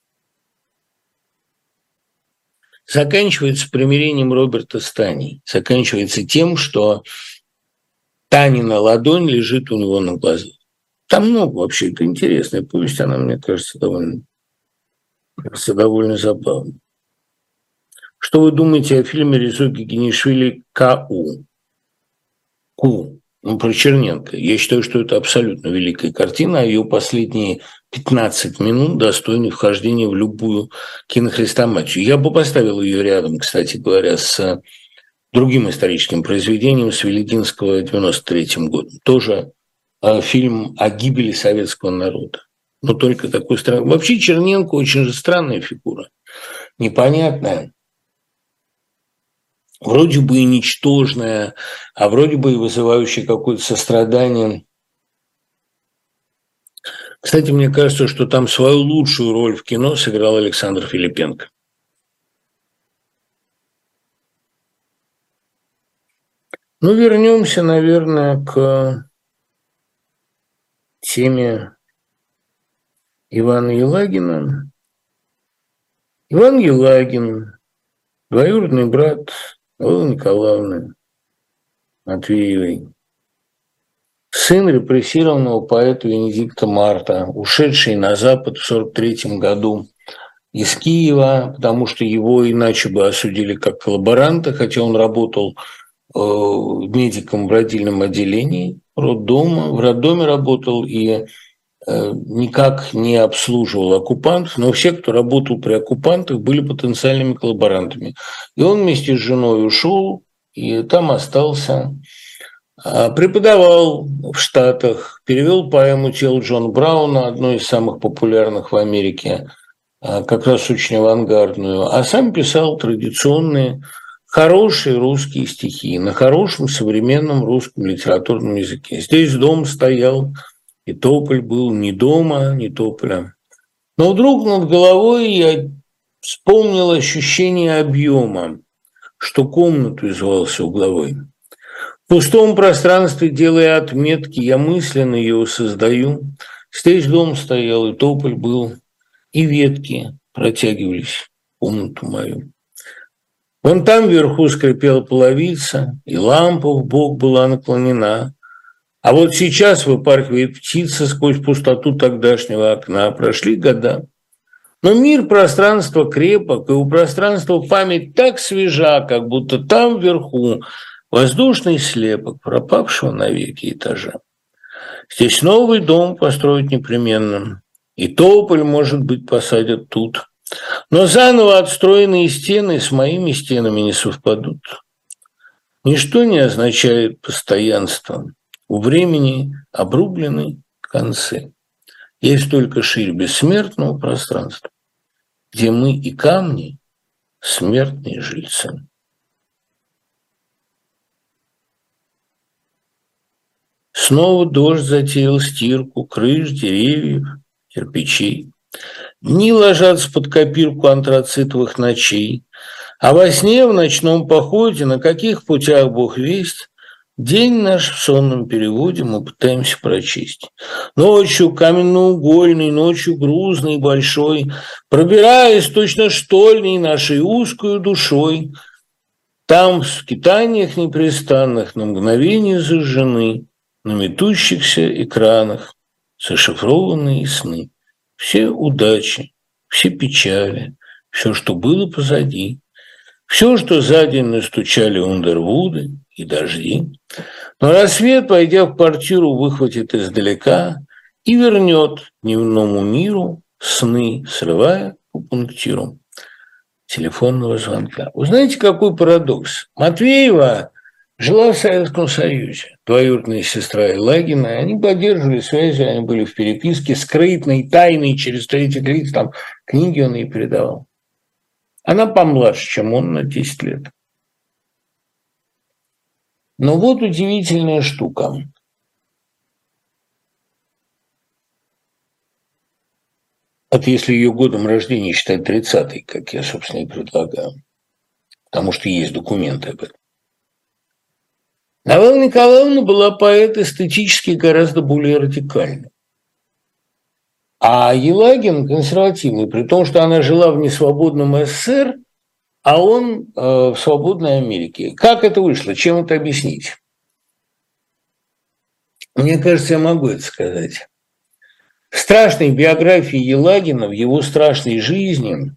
Заканчивается примирением Роберта с Таней. Заканчивается тем, что Танина ладонь лежит у него на глазах. Там много вообще, это интересная повесть, она, мне кажется, довольно забавной. Что вы думаете о фильме Резо Гигинишвили «К.У.»? «Ку», ну, про Черненко. Я считаю, что это абсолютно великая картина, а ее последние 15 минут достойны вхождения в любую кинохрестоматию. Я бы поставил ее рядом, кстати говоря, с другим историческим произведением с Великинского 93-м годом. Тоже фильм о гибели советского народа. Но только такой странный. Вообще Черненко очень же странная фигура. Непонятная. Вроде бы и ничтожная, а вроде бы и вызывающая какое-то сострадание. Кстати, мне кажется, что там свою лучшую роль в кино сыграл Александр Филипенко. Ну, вернемся, наверное, к теме Ивана Елагина. Иван Елагин, двоюродный брат Аллы Николаевны Матвеевой, сын репрессированного поэта Венедикта Марта, ушедший на Запад в 1943 году из Киева, потому что его иначе бы осудили как коллаборанта, хотя он работал медиком в родильном отделении роддома, в роддоме работал и никак не обслуживал оккупантов, но все, кто работал при оккупантах, были потенциальными коллаборантами. И он вместе с женой ушел, и там остался. Преподавал в Штатах, перевел поэму «Тело Джона Брауна», одной из самых популярных в Америке, как раз очень авангардную, а сам писал традиционные, хорошие русские стихи на хорошем современном русском литературном языке. Здесь дом стоял, и тополь был ни дома, ни тополя. Но вдруг над головой я вспомнил ощущение объема, что комнату звался угловой. В пустом пространстве, делая отметки, я мысленно его создаю. Здесь дом стоял, и тополь был, и ветки протягивались в комнату мою. Вон там вверху скрипела половица, и лампа в бок была наклонена. А вот сейчас выпархивает птица сквозь пустоту тогдашнего окна. Прошли года. Но мир пространства крепок, и у пространства память так свежа, как будто там вверху воздушный слепок пропавшего навеки этажа. Здесь новый дом построить непременно, и тополь, может быть, посадят тут. Но заново отстроенные стены с моими стенами не совпадут. Ничто не означает постоянство. У времени обрублены концы. Есть только ширь бессмертного пространства, где мы и камни – смертные жильцы. Снова дождь затеял стирку крыш, деревьев, кирпичей. Дни ложатся под копирку антрацитовых ночей, а во сне в ночном походе, на каких путях Бог весть, день наш в сонном переводе мы пытаемся прочесть. Ночью каменноугольный, ночью грузный, большой, пробираясь точно штольней нашей узкую душой, там в скитаниях непрестанных на мгновение зажжены на метущихся экранах зашифрованные сны. Все удачи, все печали, все, что было позади, все, что за день настучали Ундервуды и дожди. Но рассвет, войдя в квартиру, выхватит издалека и вернет дневному миру сны, срывая по пунктиру телефонного звонка. Вы знаете, какой парадокс? Матвеева жила в Советском Союзе, двоюродная сестра Елагина, они поддерживали связи, они были в переписке, скрытной, тайной, через третьих лиц, там книги он ей передавал. Она помладше, чем он, на 10 лет. Но вот удивительная штука. Это если ее годом рождения считать 30-й, как я, собственно, и предлагаю. Потому что есть документы об этом. Навалла Николаевна была поэт эстетически гораздо более радикальный. А Елагин консервативный, при том, что она жила в несвободном СССР, а он в свободной Америке. Как это вышло? Чем это объяснить? Мне кажется, я могу это сказать. В страшной биографии Елагина, в его страшной жизни,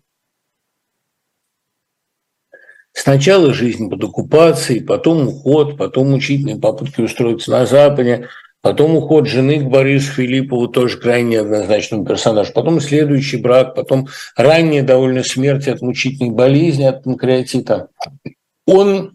сначала жизнь под оккупацией, потом уход, потом мучительные попытки устроиться на Западе, потом уход жены к Борису Филиппову, тоже крайне неоднозначному персонажу, потом следующий брак, потом ранняя довольно смерть от мучительной болезни, от панкреатита. Он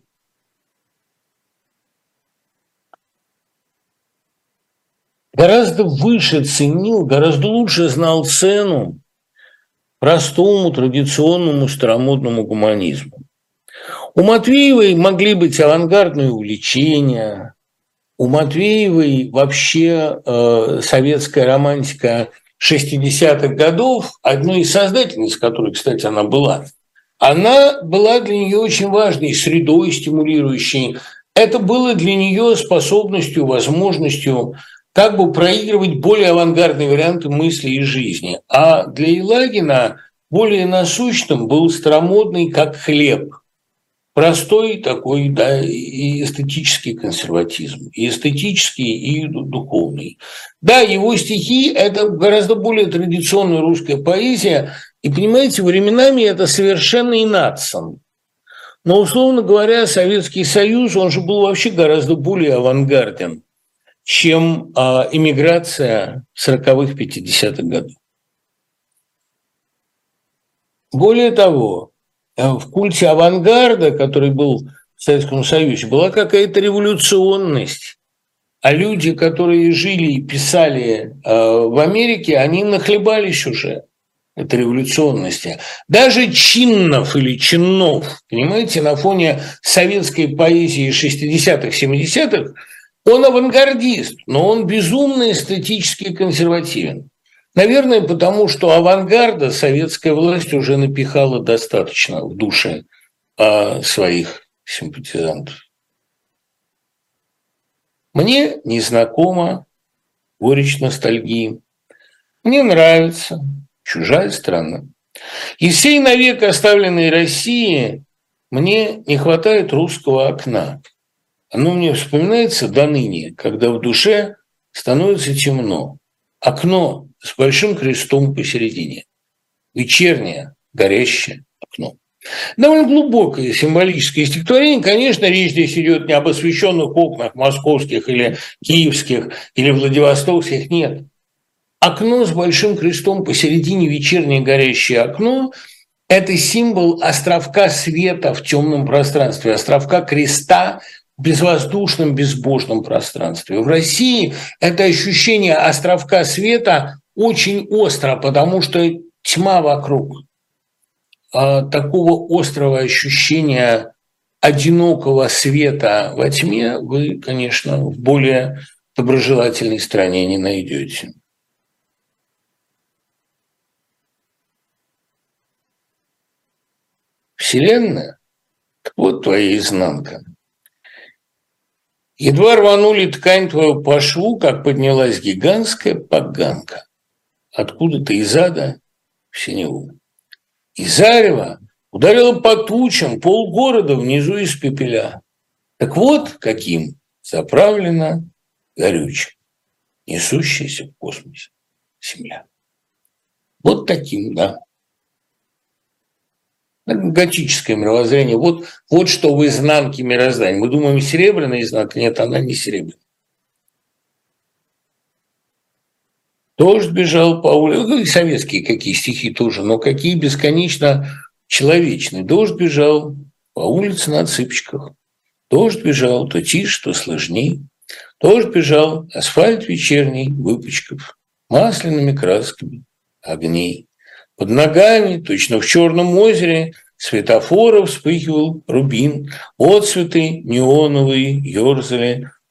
гораздо выше ценил, гораздо лучше знал цену простому, традиционному, старомодному гуманизму. У Матвеевой могли быть авангардные увлечения, у Матвеевой вообще советская романтика 60-х годов, одной из создательниц которой, кстати, она была для нее очень важной, средой стимулирующей. Это было для нее способностью, возможностью как бы проигрывать более авангардные варианты мысли и жизни. А для Елагина более насущным был старомодный, как хлеб, простой такой, да, и эстетический консерватизм, и эстетический, и духовный. Да, его стихи – это гораздо более традиционная русская поэзия, и, понимаете, временами это совершенно инатсон. Но, условно говоря, Советский Союз, он же был вообще гораздо более авангарден, чем эмиграция 40-х, 50-х годов. Более того, в культе авангарда, который был в Советском Союзе, была какая-то революционность. А люди, которые жили и писали в Америке, они нахлебались уже этой революционности. Даже Чиннов или Чиннов, понимаете, на фоне советской поэзии 60-х, 70-х, он авангардист, но он безумно эстетически консервативен. Наверное, потому что авангарда советская власть уже напихала достаточно в душе своих симпатизантов. Мне незнакома горечь ностальгии. Мне нравится чужая страна. Из всей навек оставленной России мне не хватает русского окна. Оно мне вспоминается до ныне, когда в душе становится темно. Окно с большим крестом посередине. Вечернее, горящее окно. Довольно глубокое символическое стихотворение. Конечно, речь здесь идет не об освещенных окнах московских или киевских или владивостокских, нет. Окно с большим крестом посередине, вечернее горящее окно – это символ островка света в темном пространстве, островка креста в безвоздушном, безбожном пространстве. В России это ощущение островка света очень остро, потому что тьма вокруг. Такого острого ощущения одинокого света во тьме вы, конечно, в более доброжелательной стране не найдете. Вселенная, вот твоя изнанка. Едва рванули ткань твою по шву, как поднялась гигантская поганка. Откуда-то из ада в синеву. И зарево ударило по тучам полгорода внизу испепеля. Так вот каким заправлена горючим, несущаяся в космосе Земля. Вот таким, да. Готическое мировоззрение. Вот что в изнанке мироздания. Мы думаем, серебряная изнанка. Нет, она не серебряная. Дождь бежал по улице. Ну, и советские какие стихи тоже, но какие бесконечно человечные. Дождь бежал по улице на цыпочках. Дождь бежал то тише, то сложней. Дождь бежал, асфальт вечерний, выпачкав масляными красками огней. Под ногами, точно в Черном озере, светофора вспыхивал рубин. Отцветы неоновые ерзали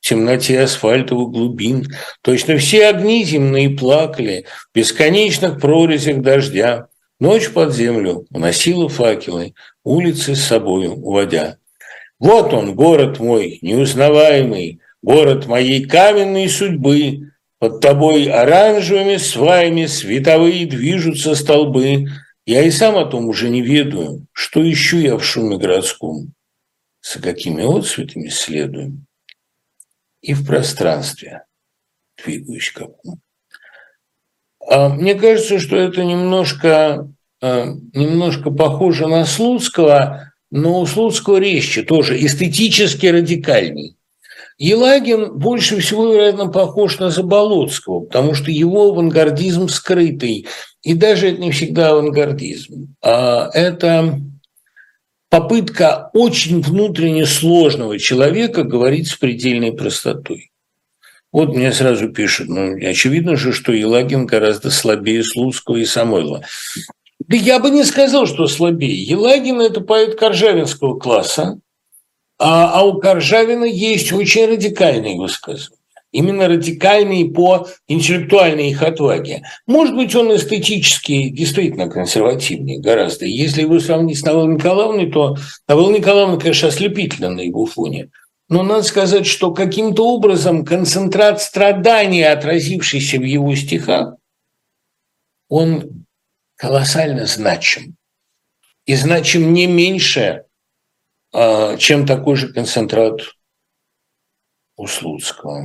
в темноте асфальтовых глубин. Точно все огни земные плакали в бесконечных прорезях дождя. Ночь под землю уносила факелы, улицы с собою уводя. Вот он, город мой, неузнаваемый, город моей каменной судьбы. Под тобой оранжевыми сваями световые движутся столбы. Я и сам о том уже не ведаю, что ищу я в шуме городском. За какими отцветами следую, и в пространстве двигаюсь каком. Мне кажется, что это немножко похоже на Слуцкого, но у Слуцкого резче, тоже эстетически радикальней. Елагин больше всего, вероятно, похож на Заболоцкого, потому что его авангардизм скрытый, и даже это не всегда авангардизм, а это попытка очень внутренне сложного человека говорить с предельной простотой. Вот мне сразу пишут, очевидно же, что Елагин гораздо слабее Слуцкого и Самойлова. Да я бы не сказал, что слабее. Елагин – это поэт коржавинского класса, а у Коржавина есть очень радикальные высказывания. Именно радикальные по интеллектуальной их отваге. Может быть, он эстетически действительно консервативнее гораздо. Если его сравнить с Новеллой Николаевной, то Новелла Николаевна, конечно, ослепительна на его фоне. Но надо сказать, что каким-то образом концентрат страдания, отразившийся в его стихах, он колоссально значим. И значим не меньше, чем такой же концентрат у Слуцкого.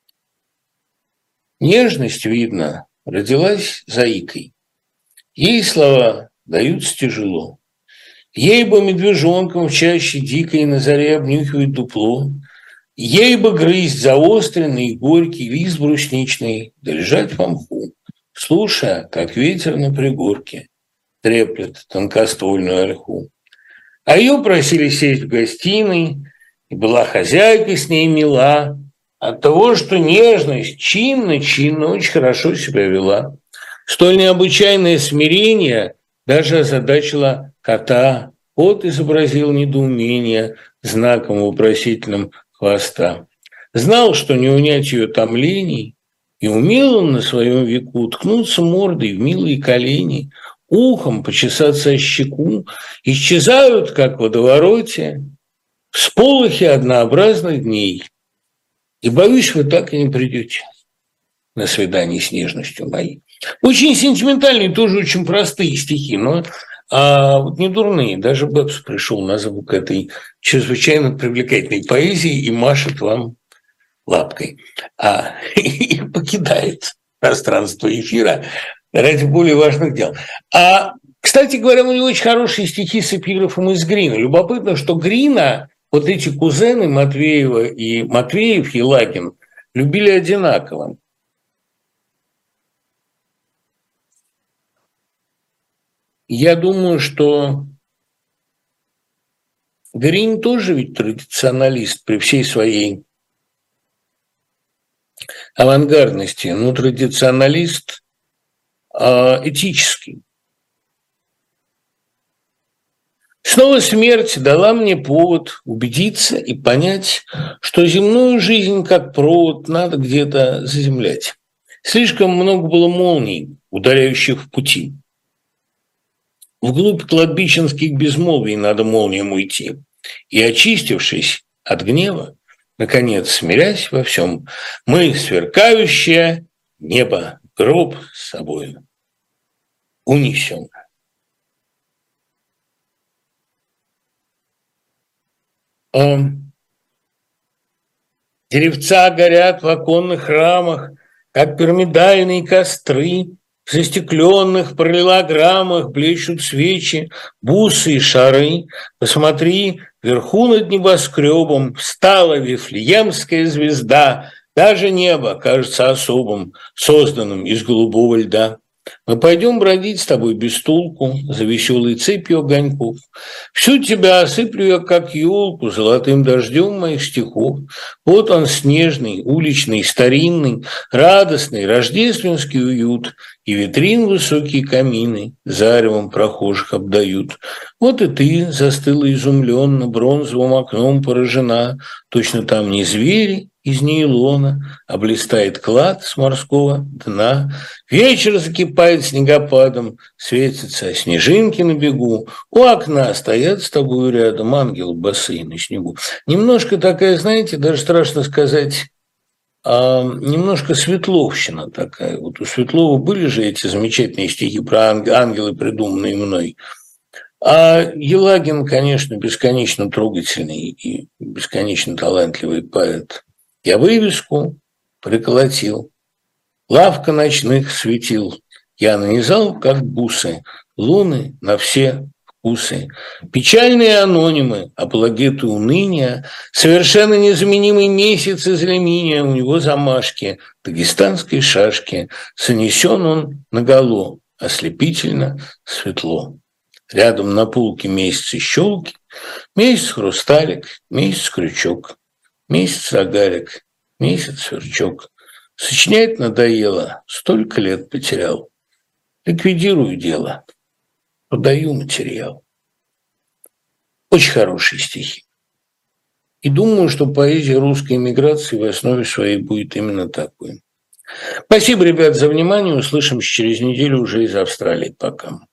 Нежность, видно, родилась заикой. Ей слова даются тяжело. Ей бы медвежонком в чаще дикой на заре обнюхивать дупло. Ей бы грызть заостренный и горький лист брусничный, да лежать по мху, слушая, как ветер на пригорке треплет тонкоствольную ольху. А ее просили сесть в гостиной, и была хозяйка с ней мила, от того, что нежность чинно очень хорошо себя вела. Столь необычайное смирение даже озадачило кота. Кот изобразил недоумение знаком вопросительным хвоста. Знал, что не унять ее томлений, и умел он на своем веку ткнуться мордой в милые колени, ухом почесаться о щеку, исчезают, как в водовороте, всполохи однообразных дней. И, боюсь, вы так и не придете на свидание с нежностью моей. Очень сентиментальные, тоже очень простые стихи, но вот не дурные. Даже Бэбс пришел на звук этой чрезвычайно привлекательной поэзии и машет вам лапкой. И покидает пространство эфира ради более важных дел. Кстати говоря, у него очень хорошие стихи с эпиграфом из Грина. Любопытно, что Грина, вот эти кузены Матвеева и Матвеев, Елагин, любили одинаково. Я думаю, что Грин тоже ведь традиционалист при всей своей авангардности, но традиционалист этический. Снова смерть дала мне повод убедиться и понять, что земную жизнь, как провод, надо где-то заземлять. Слишком много было молний, ударяющих в пути. Вглубь кладбищенских безмолвий надо молниям уйти. И, очистившись от гнева, наконец, смирясь во всем, мы сверкающее небо, гроб с собой унесем. Деревца горят в оконных рамах, как пирамидальные костры. В застекленных параллелограммах блещут свечи, бусы и шары. Посмотри, вверху над небоскребом встала Вифлеемская звезда. Даже небо кажется особым, созданным из голубого льда. Мы пойдем бродить с тобой без толку за веселой цепью огоньков. Всю тебя осыплю я, как елку, золотым дождем моих стихов. Вот он, снежный, уличный, старинный, радостный, рождественский уют, и витрин высокие камины заревом прохожих обдают. Вот и ты застыла изумленно, бронзовым окном поражена. Точно там не звери, из нейлона, облистает клад с морского дна. Вечер закипает снегопадом, светятся снежинки на бегу. У окна стоят с тобой рядом ангелы босые на снегу. Немножко такая, знаете, даже страшно сказать, немножко светловщина такая. Вот у Светлова были же эти замечательные стихи про ангелы, придуманные мной. А Елагин, конечно, бесконечно трогательный и бесконечно талантливый поэт. Я вывеску приколотил, лавка ночных светил. Я нанизал, как бусы, луны на все вкусы. Печальные анонимы, апологеты уныния, совершенно незаменимый месяц из алюминия, у него замашки, дагестанской шашки. Занесен он наголо, ослепительно светло. Рядом на полке месяцы щелки, месяц хрусталик, месяц крючок, месяц рогалик, месяц сверчок. Сочинять надоело, столько лет потерял. Ликвидирую дело, продаю материал. Очень хорошие стихи. И думаю, что поэзия русской эмиграции в основе своей будет именно такой. Спасибо, ребят, за внимание. Услышимся через неделю уже из Австралии. Пока.